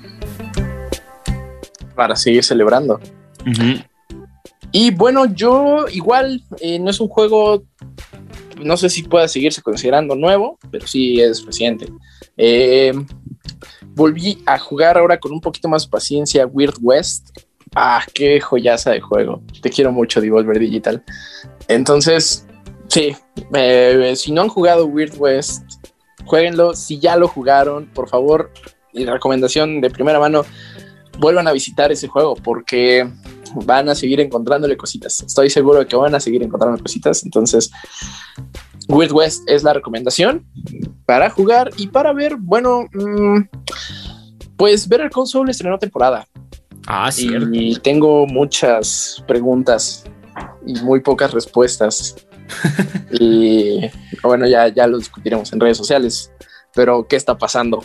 Para seguir celebrando. Uh-huh. Y bueno, yo igual, eh, no es un juego, no sé si pueda seguirse considerando nuevo, pero sí es reciente. Eh, volví a jugar ahora con un poquito más paciencia Weird West. Ah, qué joyaza de juego. Te quiero mucho, Devolver Digital. Entonces, sí, eh, si no han jugado Weird West, jueguenlo. Si ya lo jugaron, por favor, y recomendación de primera mano, vuelvan a visitar ese juego porque van a seguir encontrándole cositas. Estoy seguro de que van a seguir encontrando cositas. Entonces, Weird West es la recomendación para jugar y para ver, bueno, mmm, pues Better Call Saul estrenó temporada. Ah, sí. Y tengo muchas preguntas y muy pocas respuestas. Y bueno, ya, ya lo discutiremos en redes sociales. Pero, ¿qué está pasando?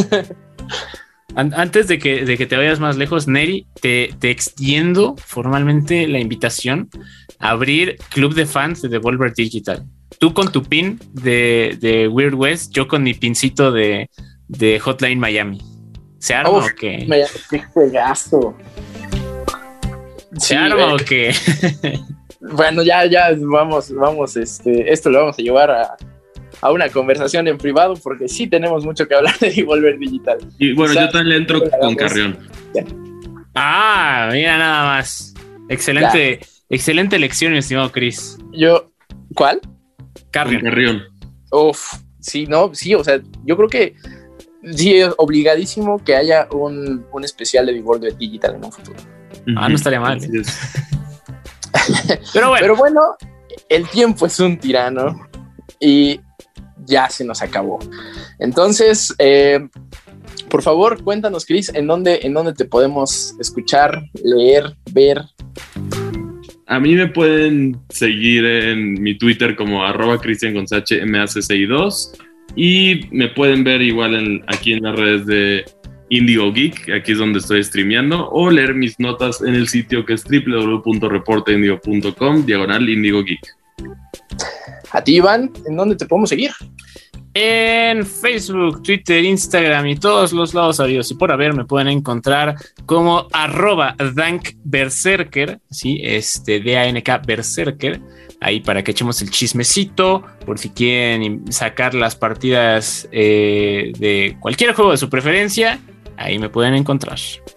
Antes de que, de que te vayas más lejos, Neri, te, te extiendo formalmente la invitación a abrir Club de Fans de Devolver Digital. Tú con tu pin de, de Weird West, yo con mi pincito de, de Hotline Miami. ¿Se arma Uf, o qué? Miami, qué juegazo. ¿Se sí, arma eh. o qué? Bueno, ya, ya vamos, vamos, este, esto lo vamos a llevar a, a una conversación en privado porque sí tenemos mucho que hablar de Devolver Digital. Y bueno, o sea, yo también le entro con Carrión. Ya. Ah, mira nada más. Excelente, ya. excelente elección, mi estimado Chris. Yo, ¿cuál? Carrión. Carrión. Uf, sí, no, sí, o sea, yo creo que sí es obligadísimo que haya un, un especial de Devolver Digital en un futuro. Uh-huh. Ah, no estaría mal. ¿eh? Pero bueno. Pero bueno, el tiempo es un tirano y ya se nos acabó. Entonces, eh, por favor, cuéntanos, Chris, ¿en dónde, en dónde te podemos escuchar, leer, ver? A mí me pueden seguir en mi Twitter como arroba Cristian con H M A C C I dos y me pueden ver igual en, aquí en las redes de Indigo Geek, aquí es donde estoy streameando, o leer mis notas en el sitio que es doble u doble u doble u punto reporteindigo punto com diagonal Indigo Geek. A ti, Iván, ¿en dónde te podemos seguir? En Facebook, Twitter, Instagram y todos los lados habidos y por haber me pueden encontrar como arroba dankberserker, ¿sí? Este, D A N K Berserker, ahí para que echemos el chismecito, por si quieren sacar las partidas eh, de cualquier juego de su preferencia, ahí me pueden encontrar.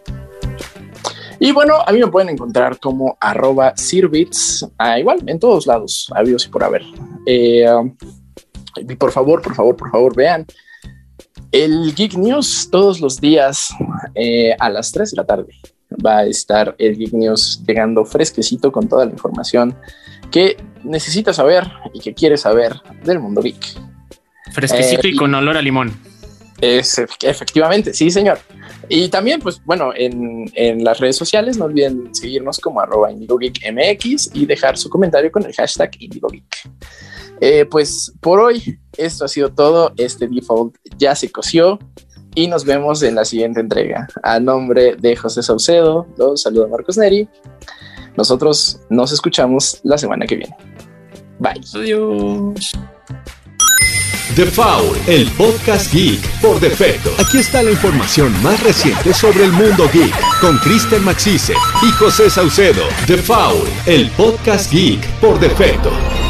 Y bueno, a mí me pueden encontrar como arroba Sirbits, ah, igual en todos lados, habidos y por haber. Eh, y por favor, por favor, por favor, vean el Geek News todos los días eh, a las tres de la tarde. Va a estar el Geek News llegando fresquecito con toda la información que necesitas saber y que quieres saber del mundo geek. Fresquecito eh, y con olor a limón. Es, efectivamente, sí, señor. Y también, pues bueno, en, en las redes sociales no olviden seguirnos como arroba IndigoGeekMX y dejar su comentario con el hashtag IndigoGeek. Eh, pues por hoy esto ha sido todo. Este default ya se coció y nos vemos en la siguiente entrega. A nombre de José Saucedo, los saluda Marcos Neri. Nosotros nos escuchamos la semana que viene. Bye. Adiós. The Foul, el podcast geek por defecto. Aquí está la información más reciente sobre el mundo geek con Cristian Maxice y José Saucedo. The Foul, el podcast geek por defecto.